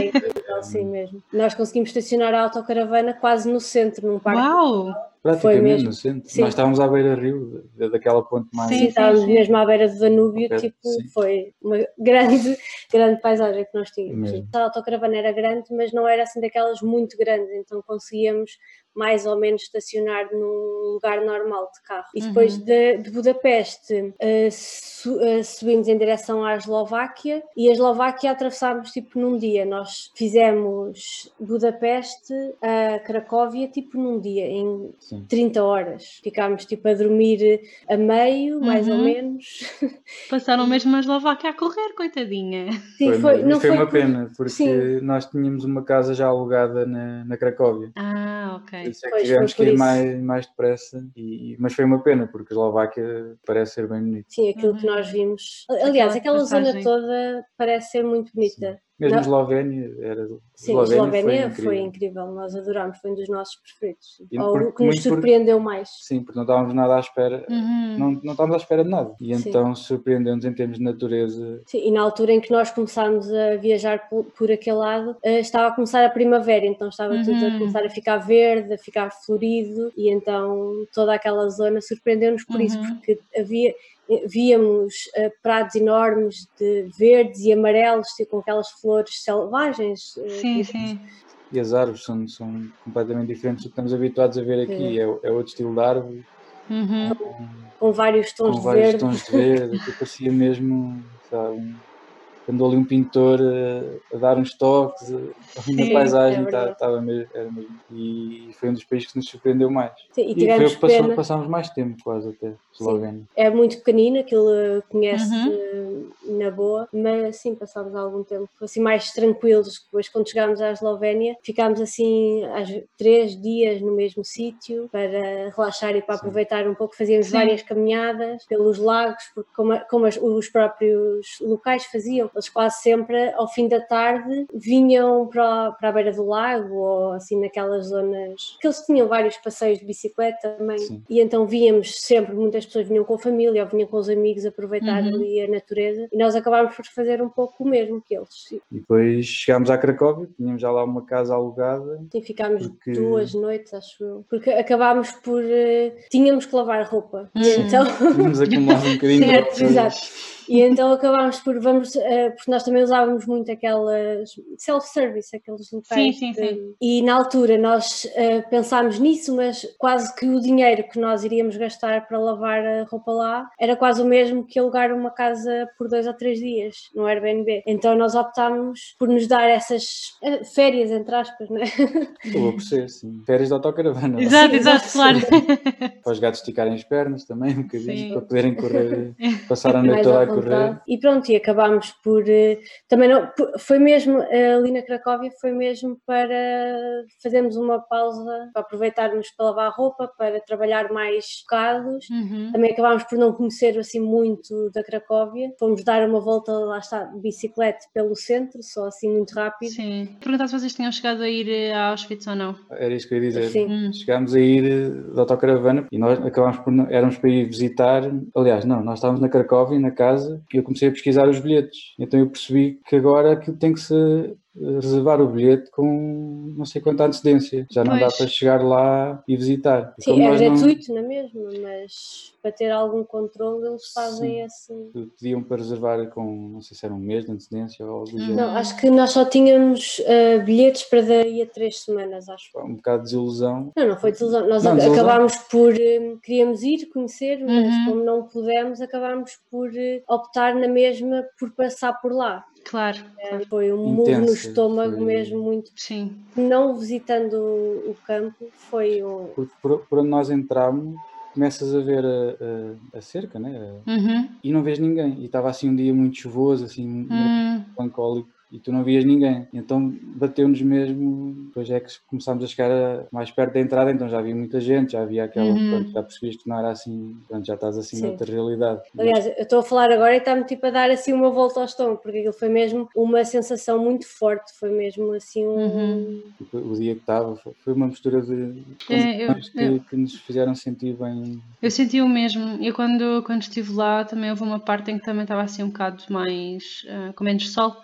S3: Sim, sim mesmo. Nós conseguimos estacionar a autocaravana quase no centro, num parque.
S1: Uau!
S2: Praticamente
S3: mesmo.
S2: no centro.
S3: Sim.
S2: Nós estávamos à beira-rio, da- daquela ponte mais...
S3: Sim, estávamos
S1: sim.
S3: mesmo à beira do Danúbio,
S2: Ok,
S3: tipo,
S2: sim.
S3: foi uma grande, grande paisagem que nós tínhamos.
S2: Mesmo.
S3: A autocaravana era grande, mas não era assim daquelas muito grandes, então conseguíamos mais ou menos estacionar num lugar normal de carro. E depois
S1: Uhum.
S3: de, de Budapeste uh, su, uh, subimos em direção à Eslováquia, e a Eslováquia atravessámos tipo num dia. Nós fizemos Budapeste a Cracóvia tipo num dia, em
S2: Sim.
S3: trinta horas. Ficámos tipo a dormir a meio, mais
S1: Uhum.
S3: ou menos.
S1: Passaram mesmo a Eslováquia a correr, coitadinha.
S3: Sim,
S2: Foi,
S3: foi,
S2: mesmo.
S3: não
S2: Mas foi
S3: foi
S2: uma
S3: por-
S2: pena, porque
S3: Sim.
S2: nós tínhamos uma casa já alugada na, na Cracóvia.
S1: Ah,
S2: Por
S1: ok.
S2: isso é que
S3: Pois,
S2: tivemos
S3: foi
S2: que
S3: por
S2: ir
S3: isso.
S2: mais, mais depressa, e, mas foi uma pena, porque a Eslováquia parece ser bem bonita.
S3: Sim, aquilo que
S1: Uhum.
S3: nós vimos. Aliás,
S1: Aquela
S3: aquela zona
S1: passagem.
S3: toda parece ser muito bonita.
S2: Sim. Mesmo
S3: Não-
S2: Eslovénia, era,
S3: Sim,
S2: Eslovénia,
S3: Eslovénia
S2: foi
S3: foi
S2: incrível.
S3: incrível. Nós adorámos, foi um dos nossos preferidos.
S2: E
S3: Ou
S2: por-
S3: o que nos
S2: muito por-
S3: surpreendeu mais.
S2: Sim, porque não estávamos nada à espera,
S1: Uhum.
S2: não, não estávamos à espera de nada. E
S3: Sim.
S2: então surpreendeu-nos em termos de natureza.
S3: Sim, e na altura em que nós começámos a viajar por, por aquele lado, eh, estava a começar a primavera, então estava tudo a
S1: Uhum.
S3: começar a ficar verde, a ficar florido, e então toda aquela zona surpreendeu-nos por isso,
S1: Uhum.
S3: porque havia, eh, víamos eh, prados enormes de verdes e amarelos, tipo, com aquelas flores selvagens. eh,
S1: Sim, sim.
S2: E as árvores são, são completamente diferentes do que estamos habituados a ver aqui. É, é outro estilo de árvore,
S1: Uhum.
S3: com vários tons
S2: com
S3: de
S2: vários
S3: verde.
S2: tons de verde, que parecia mesmo, sabe, um, andou ali um pintor a, a dar uns toques a- ali na
S1: Sim,
S2: paisagem,
S3: é verdade.
S2: estava mesmo, era mesmo, e foi um dos países que nos surpreendeu mais.
S3: Sim, e
S2: E foi
S3: tivemos
S2: o que passou,
S3: pena.
S2: passámos mais tempo quase até, Eslovénia.
S3: É muito pequenino, aquilo eh, conhece
S1: Uhum.
S3: eh, na boa, mas sim, passámos algum tempo assim mais tranquilos. Depois, quando chegámos à Eslovénia, ficámos assim às ve- três dias no mesmo sítio para relaxar e para
S2: Sim.
S3: aproveitar um pouco. Fazíamos
S1: Sim.
S3: várias caminhadas pelos lagos, porque como, a- como as- os próprios locais faziam, eles quase sempre ao fim da tarde vinham para, para a beira do lago ou assim naquelas zonas, que eles tinham vários passeios de bicicleta também.
S2: Sim.
S3: E então víamos sempre, muitas pessoas vinham com a família ou vinham com os amigos aproveitar
S1: Uhum.
S3: ali a natureza, e nós acabámos por fazer um pouco o mesmo que eles.
S2: E depois chegámos à Cracóvia, tínhamos já lá uma casa alugada.
S3: E ficámos
S2: Porque-
S3: duas noites, acho eu, porque acabámos por eh, tínhamos que lavar roupa e
S1: Sim.
S3: então
S2: Tínhamos acumulado um bocadinho de
S3: Certo,
S2: roupa.
S3: exato. E então acabámos por vamos, eh, porque nós também usávamos muito aquelas self-service, aqueles locais.
S1: Sim, sim,
S3: de-
S1: sim.
S3: E na altura nós eh, pensámos nisso, mas quase que o dinheiro que nós iríamos gastar para lavar a roupa lá era quase o mesmo que alugar uma casa por dois ou três dias no Airbnb. Então nós optámos por nos dar essas eh, férias, entre aspas, né?
S2: Acabou por ser, sim. Férias de autocaravana.
S1: Exato,
S3: Sim,
S1: exato,
S3: exato.
S1: claro.
S2: Para os gatos esticarem as pernas também, um bocadinho,
S1: Sim.
S2: para poderem correr, passar a noite
S3: Mais
S2: toda
S3: à
S2: a correr.
S3: vontade. E pronto, e acabámos por eh, também não, por- foi mesmo eh, ali na Cracóvia, foi mesmo para fazermos uma pausa, para aproveitarmos para lavar a roupa, para trabalhar mais focados.
S1: Uhum.
S3: Também acabámos por não conhecer assim muito da Cracóvia, fomos dar uma volta, lá está, de bicicleta pelo centro, só assim muito rápido.
S1: Sim. Perguntar se vocês tinham chegado a ir eh, a Auschwitz ou não.
S2: Era isso que eu ia dizer.
S3: Sim.
S1: Hum.
S2: Chegámos a ir eh, de autocaravana e nós acabámos por, não- éramos para ir visitar, aliás, não, nós estávamos na Cracóvia, na casa, e eu comecei a pesquisar os bilhetes. Então eu percebi que agora aquilo tem que se eh, reservar o bilhete com não sei quanta antecedência. Já não dá
S1: Pois.
S2: para chegar lá e visitar. E
S3: Sim,
S2: como
S3: é
S2: nós não-
S3: gratuito na mesma, mas para ter algum controle eles fazem esse...
S2: pediam para reservar com, não sei se era um mês de antecedência ou algo do
S1: Uhum.
S2: género.
S3: Não, acho que nós só tínhamos uh, bilhetes para daí a três semanas, acho.
S2: Um bocado de desilusão.
S3: Não, não foi desilusão. Nós
S2: Não,
S3: ac-
S2: desilusão.
S3: acabámos por, um, queríamos ir conhecer, mas
S1: Uhum.
S3: como não pudemos, acabámos por uh, optar na mesma por passar por lá.
S1: Claro, claro.
S3: Foi um murro no
S2: Intensa,
S3: estômago
S2: foi-
S3: mesmo muito.
S1: Sim.
S3: Não visitando o, o campo, foi um...
S2: Porque por, por onde nós entramos, começas a ver a, a, a cerca, né? A-
S1: Uhum.
S2: e não vês ninguém. E estava assim um dia muito chuvoso, assim, muito
S1: Hum.
S2: melancólico, e tu não vias ninguém. Então bateu-nos mesmo, depois é que começámos a chegar a- mais perto da entrada, então já havia muita gente, já havia aquela,
S1: Uhum.
S2: pronto, já percebias que não era assim, pronto, já estás assim
S3: Sim.
S2: noutra realidade.
S3: Aliás, eu estou a falar agora e está-me tipo a dar assim uma volta ao estômago, porque aquilo foi mesmo uma sensação muito forte, foi mesmo assim um...
S1: Uhum.
S2: Tipo, o dia que estava, foi foi uma mistura de
S1: É, eu-
S2: condições que,
S1: eu-
S2: que nos fizeram sentir bem.
S1: Eu senti o mesmo. Eu quando, quando estive lá também houve uma parte em que também estava assim um bocado mais ah, com menos sol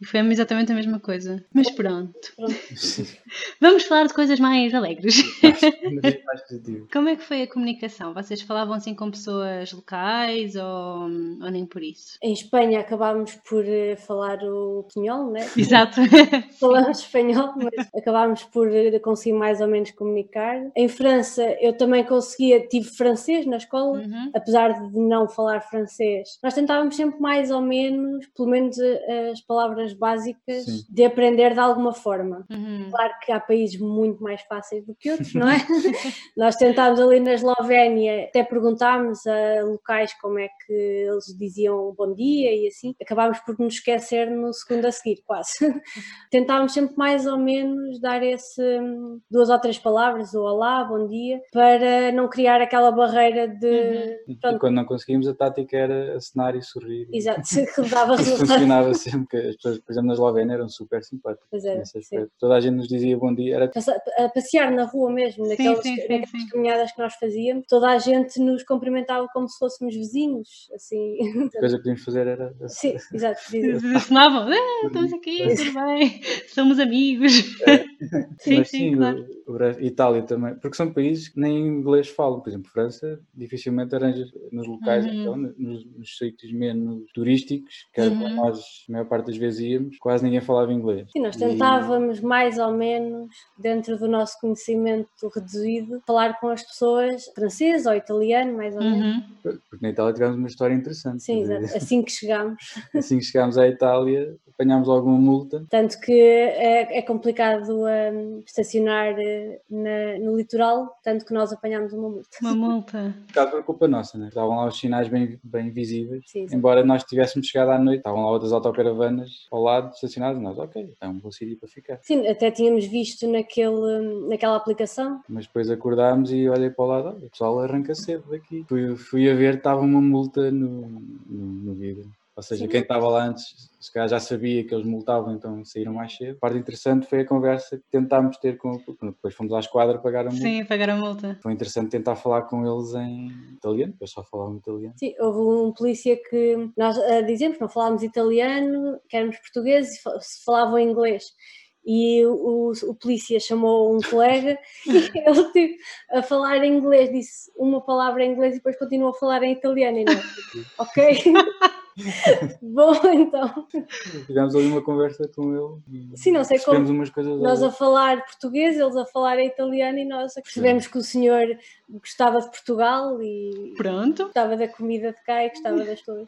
S1: E foi exatamente a mesma coisa. Mas pronto. pronto. Vamos falar de coisas mais alegres.
S2: Mais positivo.
S1: Como é que foi a comunicação? Vocês falavam assim com pessoas locais ou, ou nem por isso?
S3: Em Espanha acabámos por uh, falar o espanhol, né?
S1: Exato.
S3: Falamos espanhol, mas acabámos por uh, conseguir mais ou menos comunicar. Em França eu também conseguia, tive francês na escola,
S1: Uhum.
S3: apesar de não falar francês. Nós tentávamos sempre mais ou menos, pelo menos uh, as palavras básicas,
S2: Sim.
S3: de aprender de alguma forma.
S1: Uhum.
S3: Claro que há países muito mais fáceis do que outros, não é? Nós tentámos ali na Eslovénia, até perguntámos a locais como é que eles diziam bom dia e assim, acabámos por nos esquecer no segundo a seguir, quase. Tentámos sempre mais ou menos dar esse duas ou três palavras, o olá, bom dia, para não criar aquela barreira de...
S1: Uhum.
S2: E quando não conseguimos, a tática era acenar e sorrir.
S3: Exato, que dava
S2: Isso
S3: resultado.
S2: funcionava sempre, que as pessoas, por exemplo, na Eslovénia eram super simpáticas.
S3: Pois era,
S2: nesse
S3: sim.
S2: aspecto. Toda a gente nos dizia bom dia. Era
S3: Passa- a passear na rua mesmo,
S1: Sim,
S3: naquelas,
S1: sim, sim,
S3: naquelas
S1: sim.
S3: caminhadas que nós fazíamos, toda a gente nos cumprimentava como se fôssemos vizinhos, assim.
S2: a coisa que podíamos fazer era.
S3: Sim, exato. dizer.
S1: Sonavam, ah, estamos aqui, tudo bem, somos amigos. Sim,
S2: Mas
S1: sim,
S2: sim,
S1: claro.
S2: o, o Bra- Itália também, porque são países que nem inglês falam. Por exemplo, França, dificilmente arranjas nos locais,
S1: Uhum.
S2: então, nos, nos sítios menos turísticos, que era
S1: Uhum.
S2: onde nós, a maior parte das vezes íamos, quase ninguém falava inglês.
S3: Sim, nós
S2: E-
S3: tentávamos mais ou menos, dentro do nosso conhecimento reduzido, falar com as pessoas francês ou italiano, mais ou menos.
S1: Uhum.
S2: Porque na Itália tivemos uma história interessante.
S3: Sim,
S2: De-
S3: exato. Assim que chegámos.
S2: Assim que chegámos à Itália, apanhámos alguma multa.
S3: Tanto que é, é complicado um, estacionar uh, na, no litoral, tanto que nós apanhámos uma multa.
S1: Uma multa.
S2: Um bocado por culpa nossa, né? Estavam lá os sinais bem, bem visíveis.
S3: Sim, sim.
S2: Embora nós tivéssemos chegado à noite, estavam lá outras autocaravanas ao lado, estacionadas, nós, ok, é um bom sítio para ficar.
S3: Sim, até tínhamos visto naquele, um, naquela aplicação.
S2: Mas depois acordámos e olhei para o lado, olha, o pessoal arranca cedo daqui. Fui, fui a ver, estava uma multa no, no, no vidro. Ou seja,
S3: Sim.
S2: quem estava lá antes, se calhar já sabia que eles multavam, então saíram mais cedo. A parte interessante foi a conversa que tentámos ter com... Porque depois fomos à esquadra pagar a multa.
S1: Sim, pagar a multa.
S2: Foi interessante tentar falar com eles em italiano, porque eles só falavam italiano.
S3: Sim, houve um polícia que nós uh, dizemos que não falávamos italiano, que éramos portugueses e fa- se falavam inglês. E o, o polícia chamou um colega e ele teve a falar em inglês, disse uma palavra em inglês e depois continuou a falar em italiano. E nós, ok, bom, então.
S2: Tivemos ali uma conversa com ele e
S3: Sim, não sei
S2: percebemos
S3: como
S2: umas coisas.
S3: nós a
S2: outras.
S3: falar português, eles a falar em italiano e nós percebemos que o senhor gostava de Portugal e
S1: Pronto.
S3: gostava da comida de cá e gostava das pessoas.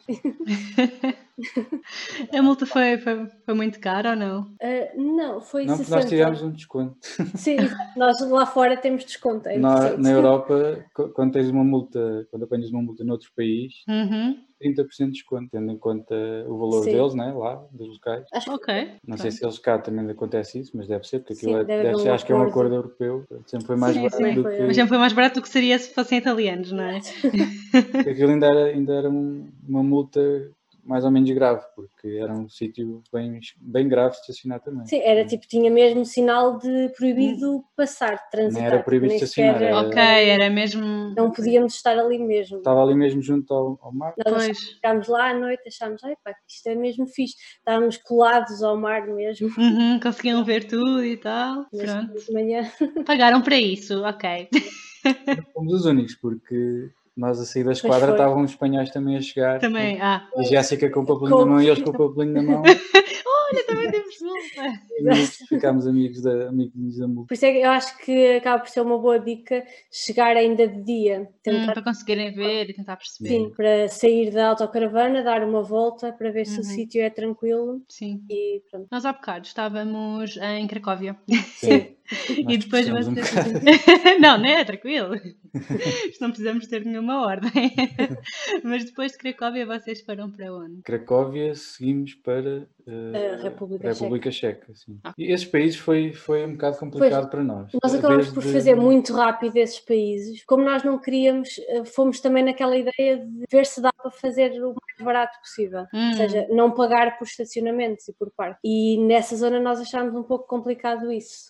S1: A multa foi, foi, foi muito cara ou não?
S3: Uh, não, foi
S2: Não, porque
S3: sessenta.
S2: nós tivemos um desconto.
S3: Sim, exato. Nós lá fora temos desconto. É
S2: Na,
S3: interessante.
S2: na Europa, co- quando tens uma multa, quando apanhas uma multa noutro país,
S1: Uhum.
S2: trinta por cento de desconto, tendo em conta o valor
S3: Sim.
S2: deles, né, lá, dos locais.
S3: Acho que
S1: Ok.
S2: Não sei se eles cá também acontece isso, mas deve ser, porque aquilo
S3: Sim,
S2: é,
S3: deve
S2: deve
S3: haver
S2: ser,
S3: um
S2: acho que é um
S3: acordo.
S2: acordo europeu, sempre foi mais
S1: Sim,
S2: barato
S1: sim.
S2: do
S3: Foi,
S2: que...
S1: Mas sempre foi mais barato do que seria se fossem italianos, não é?
S2: Porque aquilo ainda era, ainda era um- uma multa mais ou menos grave, porque era um sítio bem, bem grave de estacionar também.
S3: Sim, era tipo, tinha mesmo sinal de proibido passar, de transitar.
S2: Nem era proibido
S3: nem
S2: estacionar,
S3: sequer,
S2: era-
S1: Ok, era mesmo.
S3: Não podíamos estar ali mesmo.
S2: Estava ali mesmo junto ao, ao mar.
S3: Nós
S1: Pois.
S3: ficámos lá à noite, achámos, ai pá, isto é mesmo fixe. Estávamos colados ao mar mesmo,
S1: Uhum, conseguiam ver tudo e tal.
S3: mas
S1: Pronto.
S3: de manhã.
S1: Pagaram para isso, ok.
S2: Fomos os únicos, porque nós a sair da
S3: Pois
S2: esquadra
S3: foi.
S2: estavam os espanhóis também a chegar.
S1: Também, ah.
S2: E a Jéssica com o papelinho
S3: Com-
S2: na mão e eles com o papelinho na mão.
S1: Olha, também temos multa.
S2: E ficámos amigos da, amigos da multa.
S3: Por isso é que eu acho que acaba por ser uma boa dica chegar ainda de dia.
S1: Hum,
S3: Tentar,
S1: para conseguirem ver e tentar perceber.
S3: sim, para sair da autocaravana, dar uma volta para ver se o
S1: Uhum.
S3: sítio é tranquilo
S1: Sim.
S3: e pronto.
S1: Nós há bocado estávamos em Cracóvia.
S3: Sim.
S2: Nós
S1: E depois
S2: precisamos um
S1: vocês.
S2: bocado.
S1: Não, não é? Tranquilo. Isto não precisamos ter nenhuma ordem. Mas depois de Cracóvia vocês foram para onde?
S2: Cracóvia, seguimos para uh,
S3: A República
S2: República Checa. Sim. E esses países foi, foi um bocado complicado para nós.
S3: Nós acabamos
S2: Desde-
S3: por fazer muito rápido esses países. Como nós não queríamos, eh, fomos também naquela ideia de ver se dá para fazer o mais barato possível.
S1: Hum.
S3: Ou seja, não pagar por estacionamentos e por parque. E nessa zona nós achámos um pouco complicado isso.
S2: Desde a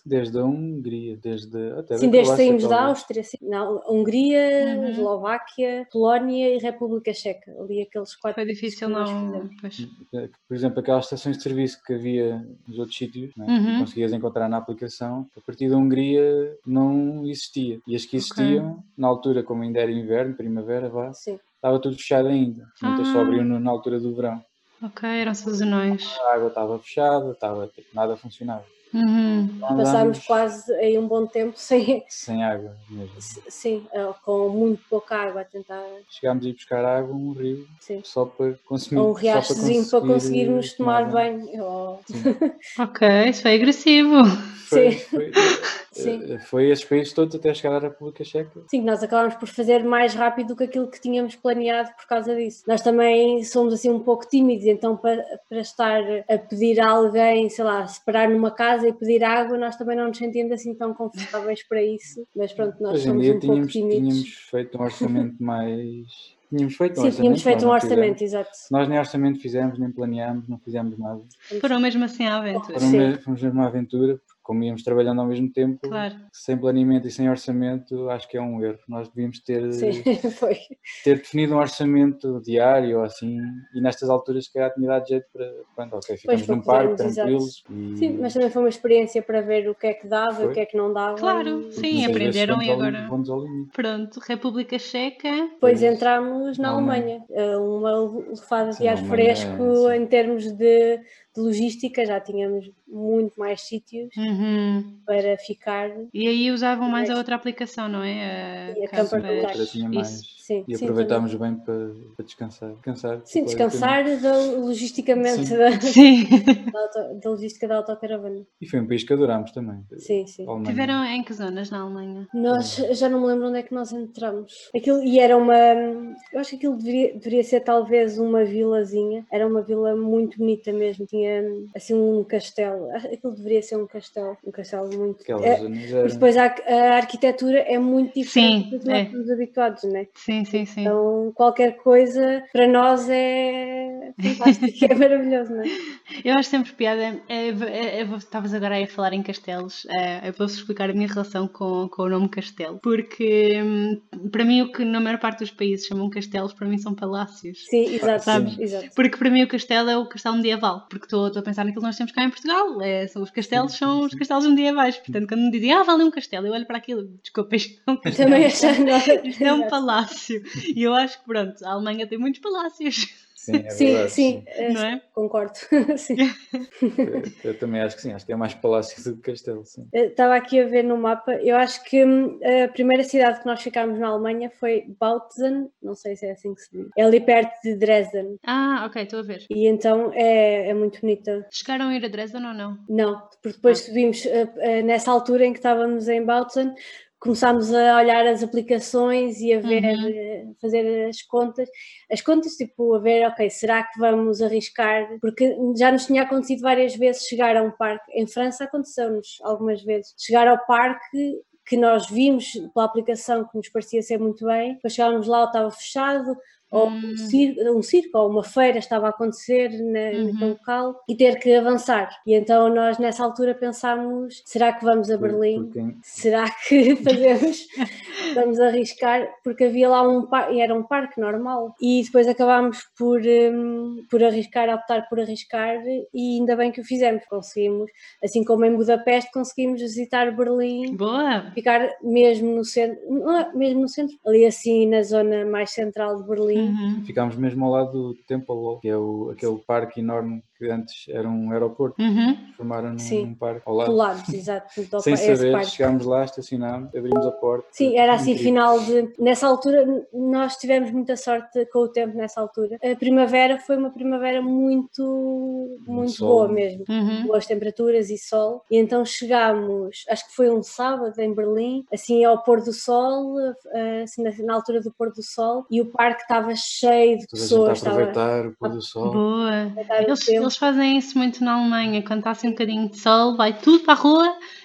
S2: Hungria, desde até
S3: Sim,
S2: da
S3: desde
S2: Croácia,
S3: saímos da
S2: talvez.
S3: Áustria, sim. Não, Hungria,
S1: Uhum.
S3: Eslováquia, Polónia e República Checa. Ali aqueles quatro
S1: Foi
S3: países
S1: difícil
S3: que nós
S1: não...
S3: fizemos.
S1: Pois.
S2: Por exemplo, aquelas estações de serviço que havia nos outros sítios, né,
S1: Uhum.
S2: que conseguias encontrar na aplicação, a partir da Hungria não existia. E as que existiam, na altura, como ainda era inverno, primavera, vá,
S3: Sim.
S2: estava tudo fechado ainda. Muitas
S1: Ah.
S2: só abriam no- na altura do verão.
S1: Ok, eram sazonais.
S2: A água estava fechada, estava, tipo, nada funcionava.
S1: Uhum.
S2: Então
S3: Passámos
S2: andámos
S3: quase aí um bom tempo sem,
S2: sem água mesmo.
S3: sim, eh, com muito pouca água a tentar,
S2: Chegámos a ir buscar água a um rio
S3: sim.
S2: só para consumir,
S3: Ou um
S2: só
S3: riachozinho para
S2: conseguir
S3: conseguirmos tomar
S2: banho.
S3: banho. Oh.
S2: Sim.
S1: Ok, isso foi agressivo.
S2: Foi,
S3: Sim.
S2: foi,
S3: Sim.
S2: eh, foi esses países todos até chegar à República Checa.
S3: Sim, nós acabámos por fazer mais rápido do que aquilo que tínhamos planeado por causa disso. Nós também somos assim um pouco tímidos, então para, para estar a pedir a alguém, sei lá, separar numa casa e pedir água, nós também não nos sentimos assim tão confortáveis para isso. Mas pronto, nós
S2: Hoje em
S3: somos
S2: dia
S3: um pouco
S2: tínhamos,
S3: tímidos.
S2: tínhamos feito um orçamento mais... Tínhamos feito um
S3: Sim,
S2: orçamento,
S3: tínhamos feito
S2: nós
S3: um
S2: não
S3: orçamento,
S2: fizemos.
S3: exato.
S2: Nós nem orçamento fizemos, nem planeámos, não fizemos nada.
S1: Foram mesmo assim à aventura.
S2: Foram
S3: Sim.
S2: mesmo, fomos mesmo uma aventura, porque como íamos trabalhando ao mesmo tempo,
S1: Claro.
S2: sem planeamento e sem orçamento, acho que é um erro. Nós devíamos ter,
S3: Sim, foi.
S2: ter definido um orçamento diário ou assim, e nestas alturas se calhar tinha dado jeito para, pronto, ok, ficamos
S3: Pois,
S2: num
S3: para
S2: parque,
S3: podermos,
S2: tranquilos.
S3: exato.
S2: E
S3: Sim, mas também foi uma experiência para ver o que é que dava e
S2: Foi.
S3: o que é que não dava.
S1: Claro,
S3: e-
S1: sim,
S2: muitas vezes
S1: aprenderam
S2: vamos
S1: e
S2: ao,
S1: agora...
S2: vamos ao limite.
S1: Pronto, República Checa.
S3: Depois
S2: Pois,
S3: entramos na
S2: na
S3: Alemanha, eh, uma lefada de
S2: Sim, a
S3: ar
S2: Alemanha,
S3: fresco
S2: sim.
S3: em termos de, de logística, já tínhamos muito mais sítios
S1: Uhum.
S3: para ficar.
S1: E aí usavam mais a
S3: Mais-
S1: outra aplicação, não é?
S3: E a
S1: A
S3: Camper
S2: Sim, a
S1: Camper.
S2: outra tinha mais.
S1: Isso.
S3: Sim,
S2: E
S3: sim,
S2: aproveitámos bem para, para descansar. Descansar,
S3: Sim, descansar da, logisticamente
S2: Sim.
S3: da,
S1: Sim.
S3: da, auto- da logística da autocaravana.
S2: E foi um país que adorámos também.
S3: Sim, sim.
S2: A Alemanha.
S1: Tiveram em que zonas na Alemanha?
S3: Nós já não me lembro onde é que nós entramos. Aquilo, e era uma. Eu acho que aquilo deveria, deveria ser talvez uma vilazinha. Era uma vila muito bonita mesmo. Tinha assim um castelo. Aquilo deveria ser um castelo. Um castelo muito.
S2: Aquelas
S3: É,
S2: zonas
S3: porque
S2: eram.
S3: depois a, a arquitetura é muito diferente
S1: Sim,
S3: do que nós
S1: é.
S3: estamos habituados, não é?
S1: Sim, sim, sim.
S3: Então qualquer coisa para nós é fantástico, é maravilhoso, não é?
S1: Eu acho sempre piada. é, é, é, vou- Estavas agora aí a falar em castelos. É, eu posso explicar a minha relação com, com o nome castelo. Porque hum, para mim, o que na maior parte dos países chamam castelos, para mim são palácios.
S3: Sim, exato,
S1: Sabes?
S3: exato.
S1: Porque para mim o castelo é o castelo medieval. Porque estou estou a pensar naquilo que nós temos cá em Portugal. É, são os castelos
S2: Sim,
S1: são
S2: sim,
S1: os
S2: sim.
S1: castelos medievais. Portanto, quando me dizem, ah, vale um castelo, eu olho para aquilo, desculpa, isto é um castelo.
S3: Também
S1: Isto é um-
S3: achando.
S1: isto é um
S3: Exato.
S1: palácio. E eu acho que, pronto, a Alemanha tem muitos palácios.
S2: Sim, é
S3: Sim,
S2: verdade.
S3: sim, eh,
S1: Não é?
S3: concordo. Sim.
S2: Eu, eu também acho que sim. Acho que é mais palácio do que castelo, sim.
S3: Eu Estava aqui a ver no mapa, eu acho que hum, a primeira cidade que nós ficámos na Alemanha foi Bautzen, não sei se é assim que se diz, é ali perto de Dresden,
S1: Ah, ok, estou a ver.
S3: e então é, é muito bonita.
S1: Chegaram a ir a Dresden ou não?
S3: Não, porque depois
S1: Ah.
S3: subimos, eh, eh, nessa altura em que estávamos em Bautzen, começámos a olhar as aplicações e a ver,
S1: Uhum.
S3: eh, fazer as contas, as contas tipo a ver, ok, será que vamos arriscar? Porque já nos tinha acontecido várias vezes chegar a um parque, em França aconteceu-nos algumas vezes, chegar ao parque que nós vimos pela aplicação que nos parecia ser muito bem, depois chegávamos lá, estava fechado, ou um circo, um circo ou uma feira estava a acontecer na,
S1: Uhum.
S3: naquele local e ter que avançar. E então nós nessa altura pensámos, será que vamos a
S2: Por-
S3: Berlim?
S2: por quem-
S3: Será que fazemos? Vamos arriscar, porque havia lá um parque, era um parque normal, e depois acabámos por, hum, por arriscar, optar por arriscar, e ainda bem que o fizemos, conseguimos, assim como em Budapeste, conseguimos visitar Berlim,
S1: Boa!
S3: ficar mesmo no centro, não é mesmo no centro, ali assim na zona mais central de Berlim.
S1: Uhum.
S2: Ficámos mesmo ao lado do Temple Wall, que é o, aquele parque enorme que antes era um aeroporto.
S1: Uhum.
S2: Transformaram num,
S3: Sim.
S2: num parque ao lado.
S3: Colados, exato, do
S2: Sem
S3: pa- esse
S2: saber,
S3: parque.
S2: chegámos lá, estacionámos, abrimos a porta.
S3: Sim, era assim
S2: Incrível.
S3: final de... Nessa altura, nós tivemos muita sorte com o tempo nessa altura. A primavera foi uma primavera muito, muito
S2: sol.
S3: boa mesmo.
S1: Uhum.
S3: Boas temperaturas e sol. E então chegámos, acho que foi um sábado em Berlim, assim ao pôr do sol, eh, assim na, na altura do pôr do sol, e o parque estava cheio de
S2: Toda a gente a
S3: pessoas. Estava...
S2: aproveitar o pôr do sol.
S1: Boa!
S3: aproveitar o
S1: Eles,
S3: tempo.
S1: eles fazem isso muito na Alemanha. Quando está assim um bocadinho de sol, vai tudo para a rua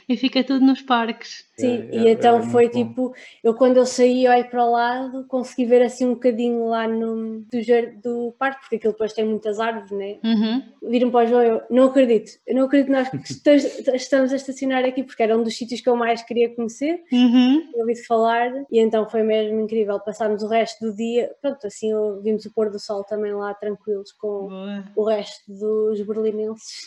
S1: e fica tudo nos parques.
S3: Sim,
S2: É,
S3: e
S2: é,
S3: então
S2: é
S3: foi
S2: muito bom.
S3: tipo, eu quando eu saí olhei para o lado, consegui ver assim um bocadinho lá no, do, jar- do parque, porque aquilo depois tem muitas árvores, né?
S1: Uhum.
S3: Viram para o João, eu não acredito, eu não acredito que nós que estes- estamos a estacionar aqui, porque era um dos sítios que eu mais queria conhecer,
S1: Uhum.
S3: eu ouvi falar, e então foi mesmo incrível. Passámos o resto do dia, pronto, assim vimos o pôr do sol também lá tranquilos com
S1: Boa.
S3: o resto dos berlinenses.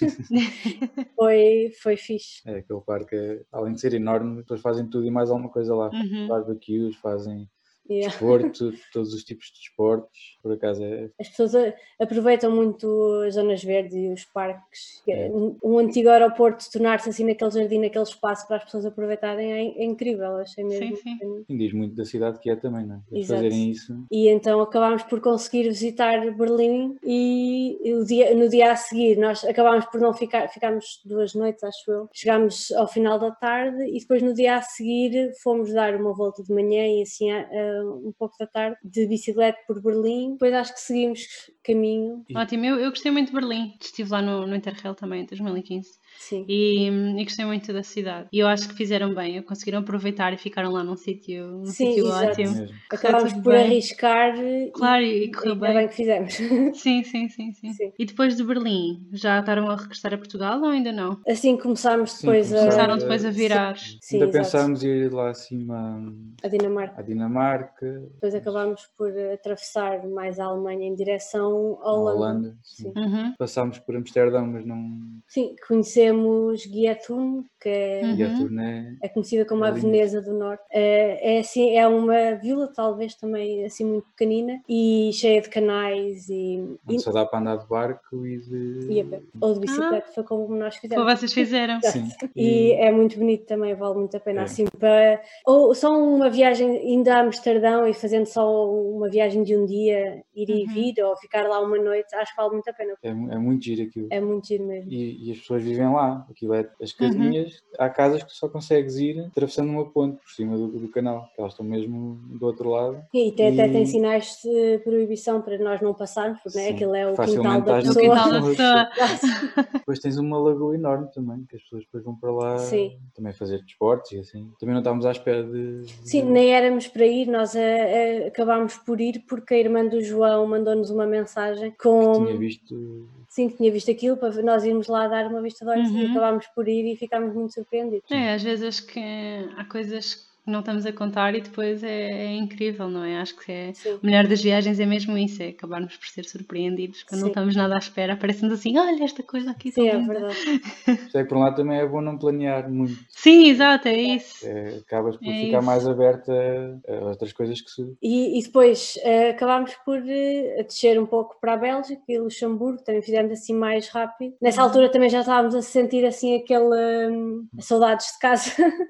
S3: foi, foi fixe.
S2: É, aquele parque, é, além de ser enorme, depois fazem tudo e mais alguma coisa lá.
S1: Uhum.
S2: Barbecues, fazem
S3: Yeah.
S2: desporto, todos os tipos de desportos. Por acaso é.
S3: As pessoas a- aproveitam muito as zonas verdes e os parques.
S2: É.
S3: Um antigo aeroporto tornar-se assim naquele jardim, naquele espaço para as pessoas aproveitarem é, é incrível, achei mesmo.
S1: Sim, sim.
S2: E diz muito da cidade que é também, não é? Eles
S3: Exato.
S2: fazerem isso.
S3: E então acabámos por conseguir visitar Berlim e o dia, no dia a seguir nós acabámos por não ficar, ficámos duas noites, acho eu. Chegámos ao final da tarde e depois no dia a seguir fomos dar uma volta de manhã e assim a, a, um pouco da tarde de bicicleta por Berlim. Depois acho que seguimos caminho.
S1: Ótimo, eu, eu gostei muito de Berlim. Estive lá no, no Interrail também em dois mil e quinze.
S3: Sim.
S1: E, e gostei muito da cidade. E eu acho que fizeram bem, conseguiram aproveitar e ficaram lá num sítio um
S3: Sim,
S1: sítio
S3: exato.
S1: ótimo.
S2: Mesmo.
S3: Acabámos
S1: tudo
S3: por
S1: bem.
S3: arriscar
S1: Claro,
S3: e,
S1: e correu
S3: ainda
S1: bem.
S3: bem que fizemos.
S1: Sim, sim, sim, sim,
S3: Sim.
S1: E depois de Berlim, já estaram a regressar a Portugal ou ainda não?
S3: Assim começámos
S2: Sim,
S3: depois a...
S1: Começaram depois a virar.
S3: Sim,
S2: Ainda
S3: exato.
S2: pensámos em ir lá acima
S3: A Dinamarca.
S2: à Dinamarca,
S3: Depois acabámos por atravessar mais a Alemanha em direção à
S2: à
S3: Holanda.
S2: Holanda. Sim.
S3: Sim.
S1: Uhum.
S2: Passámos por Amsterdão, mas não.
S3: Sim, conhecemos Guiatum, que é,
S1: Uhum.
S2: E a turnê.
S3: é conhecida como
S2: É
S3: a
S2: lindo.
S3: Veneza do Norte. É, é, assim, é uma vila, talvez também assim muito pequenina e cheia de canais e,
S2: Onde
S3: e,
S2: só dá para andar de barco e de.
S3: e a pé. Ou de bicicleta, foi como nós
S1: Foi
S3: fizemos.
S1: vocês fizeram.
S2: Sim.
S3: E
S2: E
S3: é muito bonito também, vale muito a pena.
S2: É.
S3: Assim, para, ou só uma viagem indo a Amsterdão e fazendo só uma viagem de um dia, ir e
S1: Uhum.
S3: vir, ou ficar lá uma noite, acho que vale muito a pena.
S2: é, mu- é muito giro aquilo.
S3: É muito giro mesmo.
S2: E, e as pessoas vivem lá. Aquilo é as casinhas. Há casas que tu só consegues ir atravessando uma ponte por cima do, do canal. Elas estão mesmo do outro lado.
S3: E até, até
S2: E-
S3: tem sinais de proibição para nós não passarmos, porque né,
S2: Sim,
S3: aquilo é o quintal
S2: facilmente
S3: da
S2: estás no
S1: O
S3: pessoa.
S1: quintal da pessoa.
S2: Depois tens uma lagoa enorme também, que as pessoas depois vão para lá
S3: Sim.
S2: também fazer desportos e assim. Também não estávamos à espera de. de-
S3: Sim, nem éramos para ir, nós a, a, acabámos por ir porque a irmã do João mandou-nos uma mensagem com...
S2: Tinha visto.
S3: Sim, que tinha visto aquilo, para nós irmos lá dar uma vista de olhos e
S1: Uhum.
S3: acabámos por ir e ficámos muito surpreendidos.
S1: É, às vezes acho que há coisas que não estamos a contar e depois é, é incrível, não é? Acho que é,
S3: Sim.
S1: o melhor das viagens é mesmo isso, é acabarmos por ser surpreendidos quando não
S3: Sim.
S1: estamos nada à espera, aparece-nos assim, olha esta coisa aqui
S3: Sim,
S1: tão
S3: é
S1: linda.
S3: verdade.
S2: Sei que por um lado também é bom não planear muito.
S1: Sim, exato, é isso.
S2: É, acabas por
S1: É
S2: ficar
S1: isso.
S2: mais aberta a, a outras coisas que se.
S3: E, e depois eh, acabámos por eh, descer um pouco para a Bélgica e Luxemburgo, também fizemos assim mais rápido. Nessa
S1: Uhum.
S3: altura também já estávamos a sentir assim aquele hum, saudades de casa.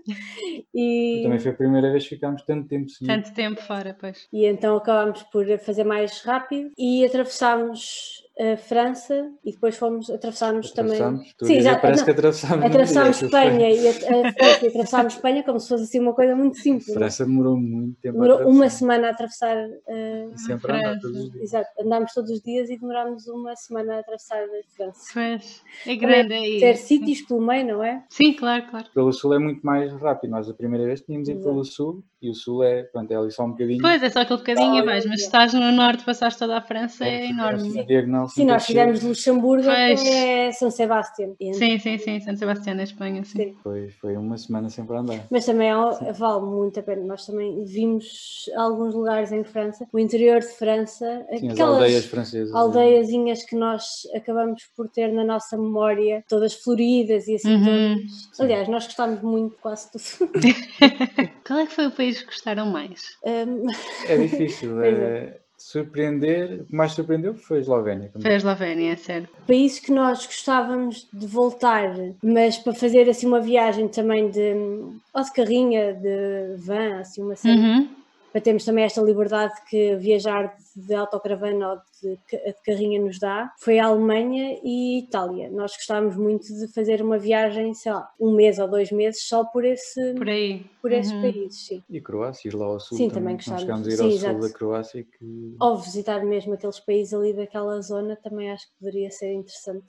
S3: e,
S2: Também foi a primeira vez que ficámos tanto tempo seguido.
S1: Tanto tempo fora, pois.
S3: e então acabámos por fazer mais rápido e atravessámos a França e depois fomos, atravessámos também...
S2: Atravessámos, tu a
S3: Sim,
S2: dizer,
S3: exato,
S2: parece
S3: não,
S2: que atravessámos. no
S3: atravessámos
S2: dia, aquilo foi-
S3: Espanha e a, a França e atravessámos Espanha como se fosse assim uma coisa muito simples.
S2: A
S3: não é?
S2: França demorou muito tempo
S3: Demorou
S2: a
S3: uma
S2: atravessar.
S3: semana a atravessar. eh,
S2: E sempre a andar
S1: França.
S2: todos os dias.
S3: exato, andámos todos os dias e demorámos uma semana a atravessar a França.
S1: Pois, é grande aí.
S3: Ter sítios pelo meio, não é?
S1: Sim, claro, claro.
S2: Pelo sul é muito mais rápido. Nós a primeira vez tínhamos ido
S3: Exato.
S2: pelo sul e o sul é, pronto, é ali só um bocadinho.
S1: Pois, é só aquele bocadinho
S3: Só,
S1: e vais, mas
S3: é.
S1: se estás no norte, passaste toda a França,
S2: É,
S1: é
S2: fizemos
S1: enorme.
S2: na diagonal,
S3: Sim, nós
S2: cinco
S3: fizemos de
S2: descer.
S3: Luxemburgo
S1: Pois.
S3: até São Sebastião. E
S1: Sim, sim, sim, San Sebastián, na Espanha, sim.
S3: Sim.
S2: Foi, foi uma semana sempre a andar.
S3: Mas também é- vale muito a pena. Nós também vimos alguns lugares em França, o interior de França,
S2: Sim, as
S3: aquelas
S2: aldeias francesas.
S3: aldeiazinhas que nós acabamos por ter na nossa memória, todas floridas e assim.
S1: Uhum.
S3: Todas... Aliás, nós gostámos muito de quase tudo.
S1: Qual é que foi o país que gostaram mais?
S3: Um,
S2: É difícil.
S3: Pois
S2: é, surpreender. O que mais surpreendeu foi a Eslovénia.
S1: Foi a Eslovénia, é sério.
S3: países que nós gostávamos de voltar, mas para fazer assim uma viagem também de, ou de carrinha, de van, assim uma cena,
S1: Uhum.
S3: para termos também esta liberdade que viajar de autocaravana ou de, de carrinha nos dá, foi a Alemanha e Itália. Nós gostávamos muito de fazer uma viagem, sei lá, um mês ou dois meses só por, esse,
S1: Por aí.
S3: por esses
S1: Uhum.
S3: países, sim.
S2: E Croácia, ir lá ao sul
S3: Sim,
S2: também.
S3: também
S2: Nós
S3: gostávamos.
S2: chegámos a ir
S3: Sim,
S2: ao
S3: exato.
S2: sul da Croácia que
S3: Ou visitar mesmo aqueles países ali daquela zona, também acho que poderia ser interessante.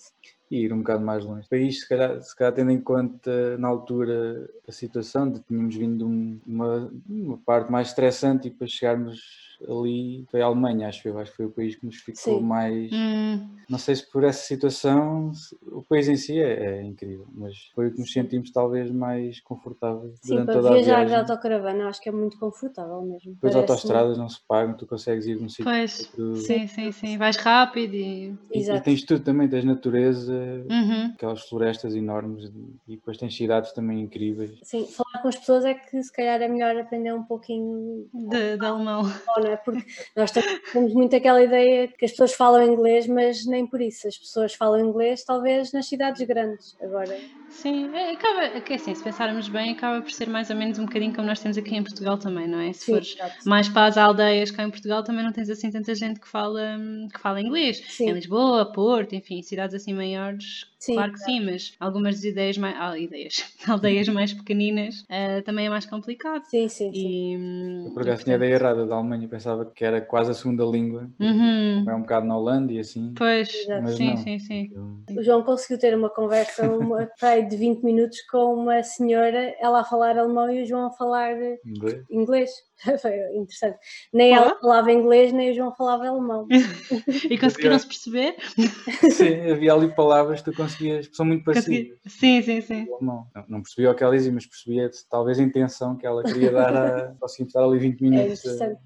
S2: e ir um bocado mais longe. O país, se calhar, se calhar tendo em conta na altura a situação de tínhamos vindo de um- uma, uma parte mais estressante e para chegarmos ali foi a Alemanha, acho eu, acho que foi o país que nos ficou
S3: Sim.
S2: mais...
S1: Hum,
S2: Não sei se por essa situação, se- o país em si é, é incrível, mas foi o que nos
S3: Sim.
S2: sentimos talvez mais confortáveis
S3: Sim,
S2: durante
S3: para
S2: toda a
S3: viajar de
S2: viagem.
S3: autocaravana acho que é muito confortável mesmo.
S2: Depois
S3: Parece-me.
S2: autoestradas não se pagam, tu consegues ir de um sítio para
S1: pois,
S2: outro.
S1: sim, sim, sim. Vais rápido e.
S2: E, e
S3: Exato.
S2: tens tudo também, tens natureza,
S1: Uhum.
S2: aquelas florestas enormes e depois tens cidades também incríveis.
S3: Sim, falar com as pessoas é que se calhar é melhor aprender um pouquinho
S1: De, de alemão.
S3: alemão, não é? Porque nós também temos muito aquela ideia que as pessoas falam inglês, mas nem por isso. As pessoas falam inglês talvez nas cidades grandes. Agora,
S1: Sim, é, acaba, é que assim, se pensarmos bem, acaba por ser mais ou menos um bocadinho como nós temos aqui em Portugal também, não é? Se
S3: sim,
S1: fores
S3: exato.
S1: mais para as aldeias cá em Portugal, também não tens assim tanta gente que fala, hum, que fala inglês.
S3: Sim.
S1: Em Lisboa, Porto, enfim, cidades assim maiores,
S3: Sim,
S1: claro que sim, mas algumas das ideias mais. Ah, ideias. Aldeias mais pequeninas eh, também é mais complicado.
S3: Sim, sim, sim.
S1: E, hum,
S2: Eu por
S1: e,
S2: acaso tinha a
S1: portanto,
S2: ideia errada da Alemanha, pensava que era quase a segunda língua,
S1: uhum,
S2: como é um bocado na Holanda e assim,
S1: pois,
S3: Exato.
S2: mas
S1: sim,
S2: não.
S1: sim, sim.
S2: Aquilo-
S3: O João conseguiu ter uma conversa uma, pai, de vinte minutos com uma senhora, ela a falar alemão e o João a falar
S2: Inglês.
S3: inglês. Foi interessante. Nem ela
S1: Oh.
S3: falava inglês, nem o João falava alemão.
S1: E conseguiram-se perceber?
S2: Sim, havia ali palavras que tu conseguias, que são muito
S1: Consegui...
S2: parecidas.
S1: Sim, sim, sim.
S2: Não, não percebia o que ela dizia, mas percebia talvez a intenção que ela queria dar a. Conseguimos estar ali vinte
S3: É
S2: minutos. a-
S3: interessante.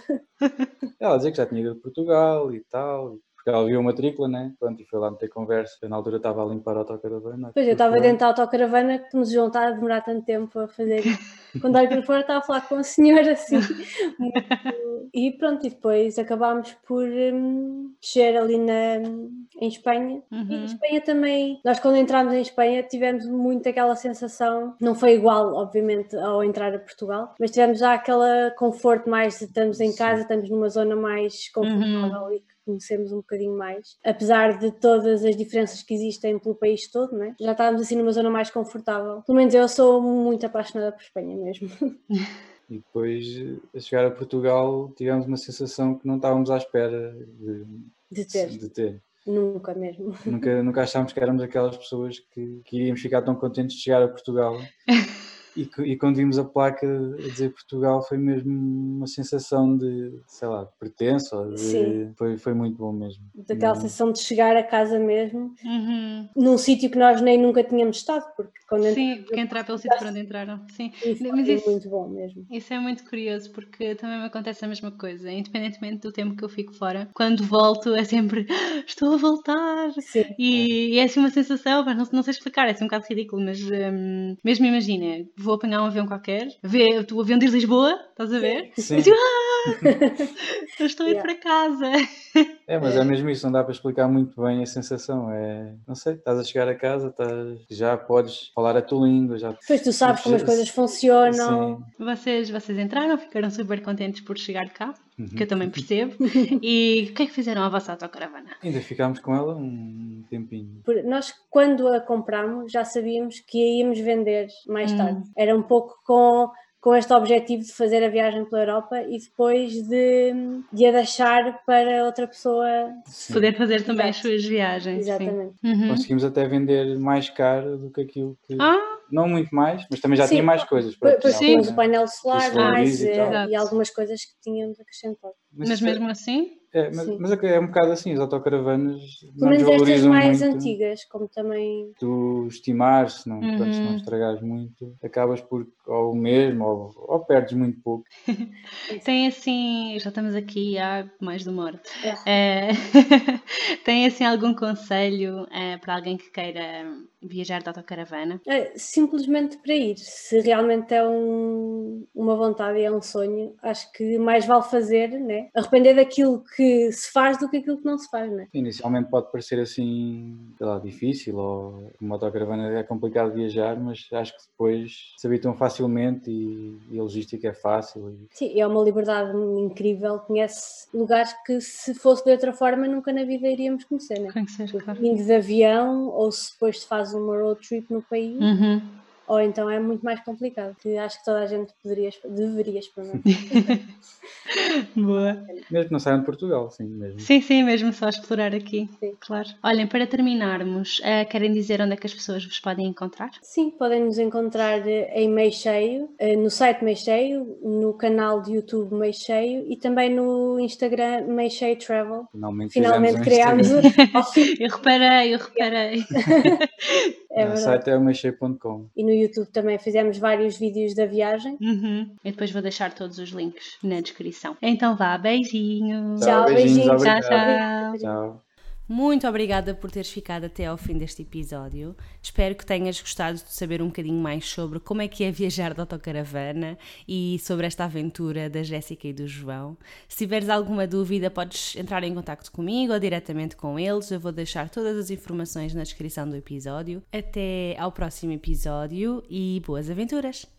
S2: Ela dizia que já tinha ido a Portugal e tal, porque ela viu a matrícula, né? Pronto, e foi lá meter conversa. Eu, na altura estava a limpar a autocaravana.
S3: Pois eu
S2: por
S3: estava
S2: fora.
S3: dentro da autocaravana que nos João está a demorar tanto tempo a fazer isso. Quando olho para fora estava a falar com a senhora assim. muito- E pronto, e depois acabámos por hum, descer ali na, em Espanha. E em
S1: Uhum.
S3: Espanha também, nós quando entramos em Espanha tivemos muito aquela sensação, não foi igual obviamente ao entrar a Portugal, mas tivemos já aquele conforto mais de estamos em casa, estamos numa zona mais confortável
S1: Uhum.
S3: e que conhecemos um bocadinho mais, apesar de todas as diferenças que existem pelo país todo, né? Já estávamos assim numa zona mais confortável. Pelo menos eu sou muito apaixonada por Espanha mesmo.
S2: E depois, a chegar a Portugal, tivemos uma sensação que não estávamos à espera de,
S3: De ter,
S2: de ter.
S3: nunca mesmo.
S2: Nunca, nunca achámos que éramos aquelas pessoas que, que iríamos ficar tão contentes de chegar a Portugal. E, que- e quando vimos a placa a dizer Portugal foi mesmo uma sensação de, sei lá, de pertença. ou de-
S3: Sim.
S2: Foi, foi muito bom mesmo.
S3: Daquela
S2: Não-
S3: sensação de chegar a casa mesmo,
S1: Uhum.
S3: num sítio que nós nem nunca tínhamos estado, porque quando
S1: Sim,
S3: entramos
S1: porque entrar pelo sítio por onde entraram. Sim.
S3: e foi
S1: Mas isso,
S3: muito bom mesmo.
S1: isso é muito curioso porque também me acontece a mesma coisa, independentemente do tempo que eu fico fora. Quando volto é sempre "Ah, estou a voltar!"
S3: Sim.
S1: E, e é assim uma sensação, pá, não, não sei explicar, é assim um bocado ridículo, mas hum, mesmo imagina, vou apanhar um avião qualquer, vê o avião de Lisboa, estás a ver?
S2: Sim.
S1: E digo, ah, eu estou a ir
S3: Yeah.
S1: para casa.
S2: É, mas é mesmo isso, não dá para explicar muito bem a sensação. É, não sei, estás a chegar a casa, estás, já podes falar a tua língua, já
S3: Depois tu sabes como as coisas funcionam.
S2: Sim.
S1: Vocês, vocês entraram, ficaram super contentes por chegar cá,
S2: Uhum.
S1: que eu também percebo. E o que é que fizeram à vossa autocaravana?
S2: Ainda ficámos com ela um tempinho.
S3: Por- Nós, quando a compramos, já sabíamos que a íamos vender mais
S1: Hum.
S3: tarde. Era um pouco com, com este objetivo de fazer a viagem pela Europa e depois de, de a deixar para outra pessoa.
S2: Sim.
S1: Poder fazer também as
S3: Exato.
S1: suas viagens.
S3: Exatamente.
S1: Sim. Uhum.
S2: Conseguimos até vender mais caro do que aquilo que.
S1: Ah,
S2: Não muito mais, mas também já
S3: Sim,
S2: tinha mais coisas.
S3: Depois
S2: Pronto,
S3: depois
S2: na
S3: tínhamos o
S2: altura.
S3: painel solar
S2: Os solarios
S3: mais
S2: e
S3: eh,
S2: tal.
S3: e algumas coisas que tínhamos acrescentado.
S1: mas
S2: isso
S1: mesmo assim,
S2: é, mas,
S3: Sim.
S2: mas é que é um bocado assim, as autocaravanas
S3: Pelo
S2: não
S3: menos estas
S2: desvalorizam
S3: mais
S2: muito.
S3: antigas, como também.
S2: Tu estimar, se não,
S1: Uhum.
S2: pronto, se não estragares muito, acabas por ou o mesmo ou, ou perdes muito pouco.
S1: tem assim, já estamos aqui há mais de uma hora.
S3: Ah.
S1: Eh, tem assim algum conselho eh, para alguém que queira viajar de autocaravana?
S3: É, simplesmente para ir, se realmente é um- uma vontade e é um sonho, acho que mais vale fazer, né? Arrepender daquilo que se faz do que aquilo que não se faz, né?
S2: Inicialmente pode parecer assim, sei lá, difícil ou uma autocaravana é complicado viajar, mas acho que depois se habituam facilmente e, e a logística é fácil. E...
S3: Sim, é uma liberdade incrível, conhece lugares que se fosse de outra forma nunca na vida iríamos conhecer, né?
S1: Conhecer, claro.
S3: Indo de avião ou se depois se faz uma road trip no país,
S1: Uhum.
S3: ou então é muito mais complicado, que acho que toda a gente poderia, deveria experimentar.
S4: Boa.
S2: Mesmo não saiam de Portugal, sim, mesmo.
S4: Sim, sim, mesmo só explorar aqui.
S3: Sim.
S4: Claro. Olhem, para terminarmos, uh, querem dizer onde é que as pessoas vos podem encontrar?
S3: Sim, podem nos encontrar em Meio Cheio, no site Meio Cheio, no canal de YouTube Meio Cheio e também no Instagram Meio Cheio Travel.
S2: Finalmente,
S3: Finalmente
S2: um
S3: criámos o...
S4: Eu reparei, eu reparei.
S3: É
S2: o site é o meixeio ponto com.
S3: E no YouTube também fizemos vários vídeos da viagem.
S4: Uhum. E depois vou deixar todos os links na descrição. Então vá, beijinhos.
S3: Tchau,
S2: beijinhos,
S3: beijinhos.
S2: obrigado.
S4: Tchau, tchau.
S2: Tchau.
S1: Muito obrigada por teres ficado até ao fim deste episódio. Espero que tenhas gostado de saber um bocadinho mais sobre como é que é viajar de autocaravana e sobre esta aventura da Jéssica e do João. Se tiveres alguma dúvida, podes entrar em contacto comigo ou diretamente com eles. Eu vou deixar todas as informações na descrição do episódio. Até ao próximo episódio e boas aventuras!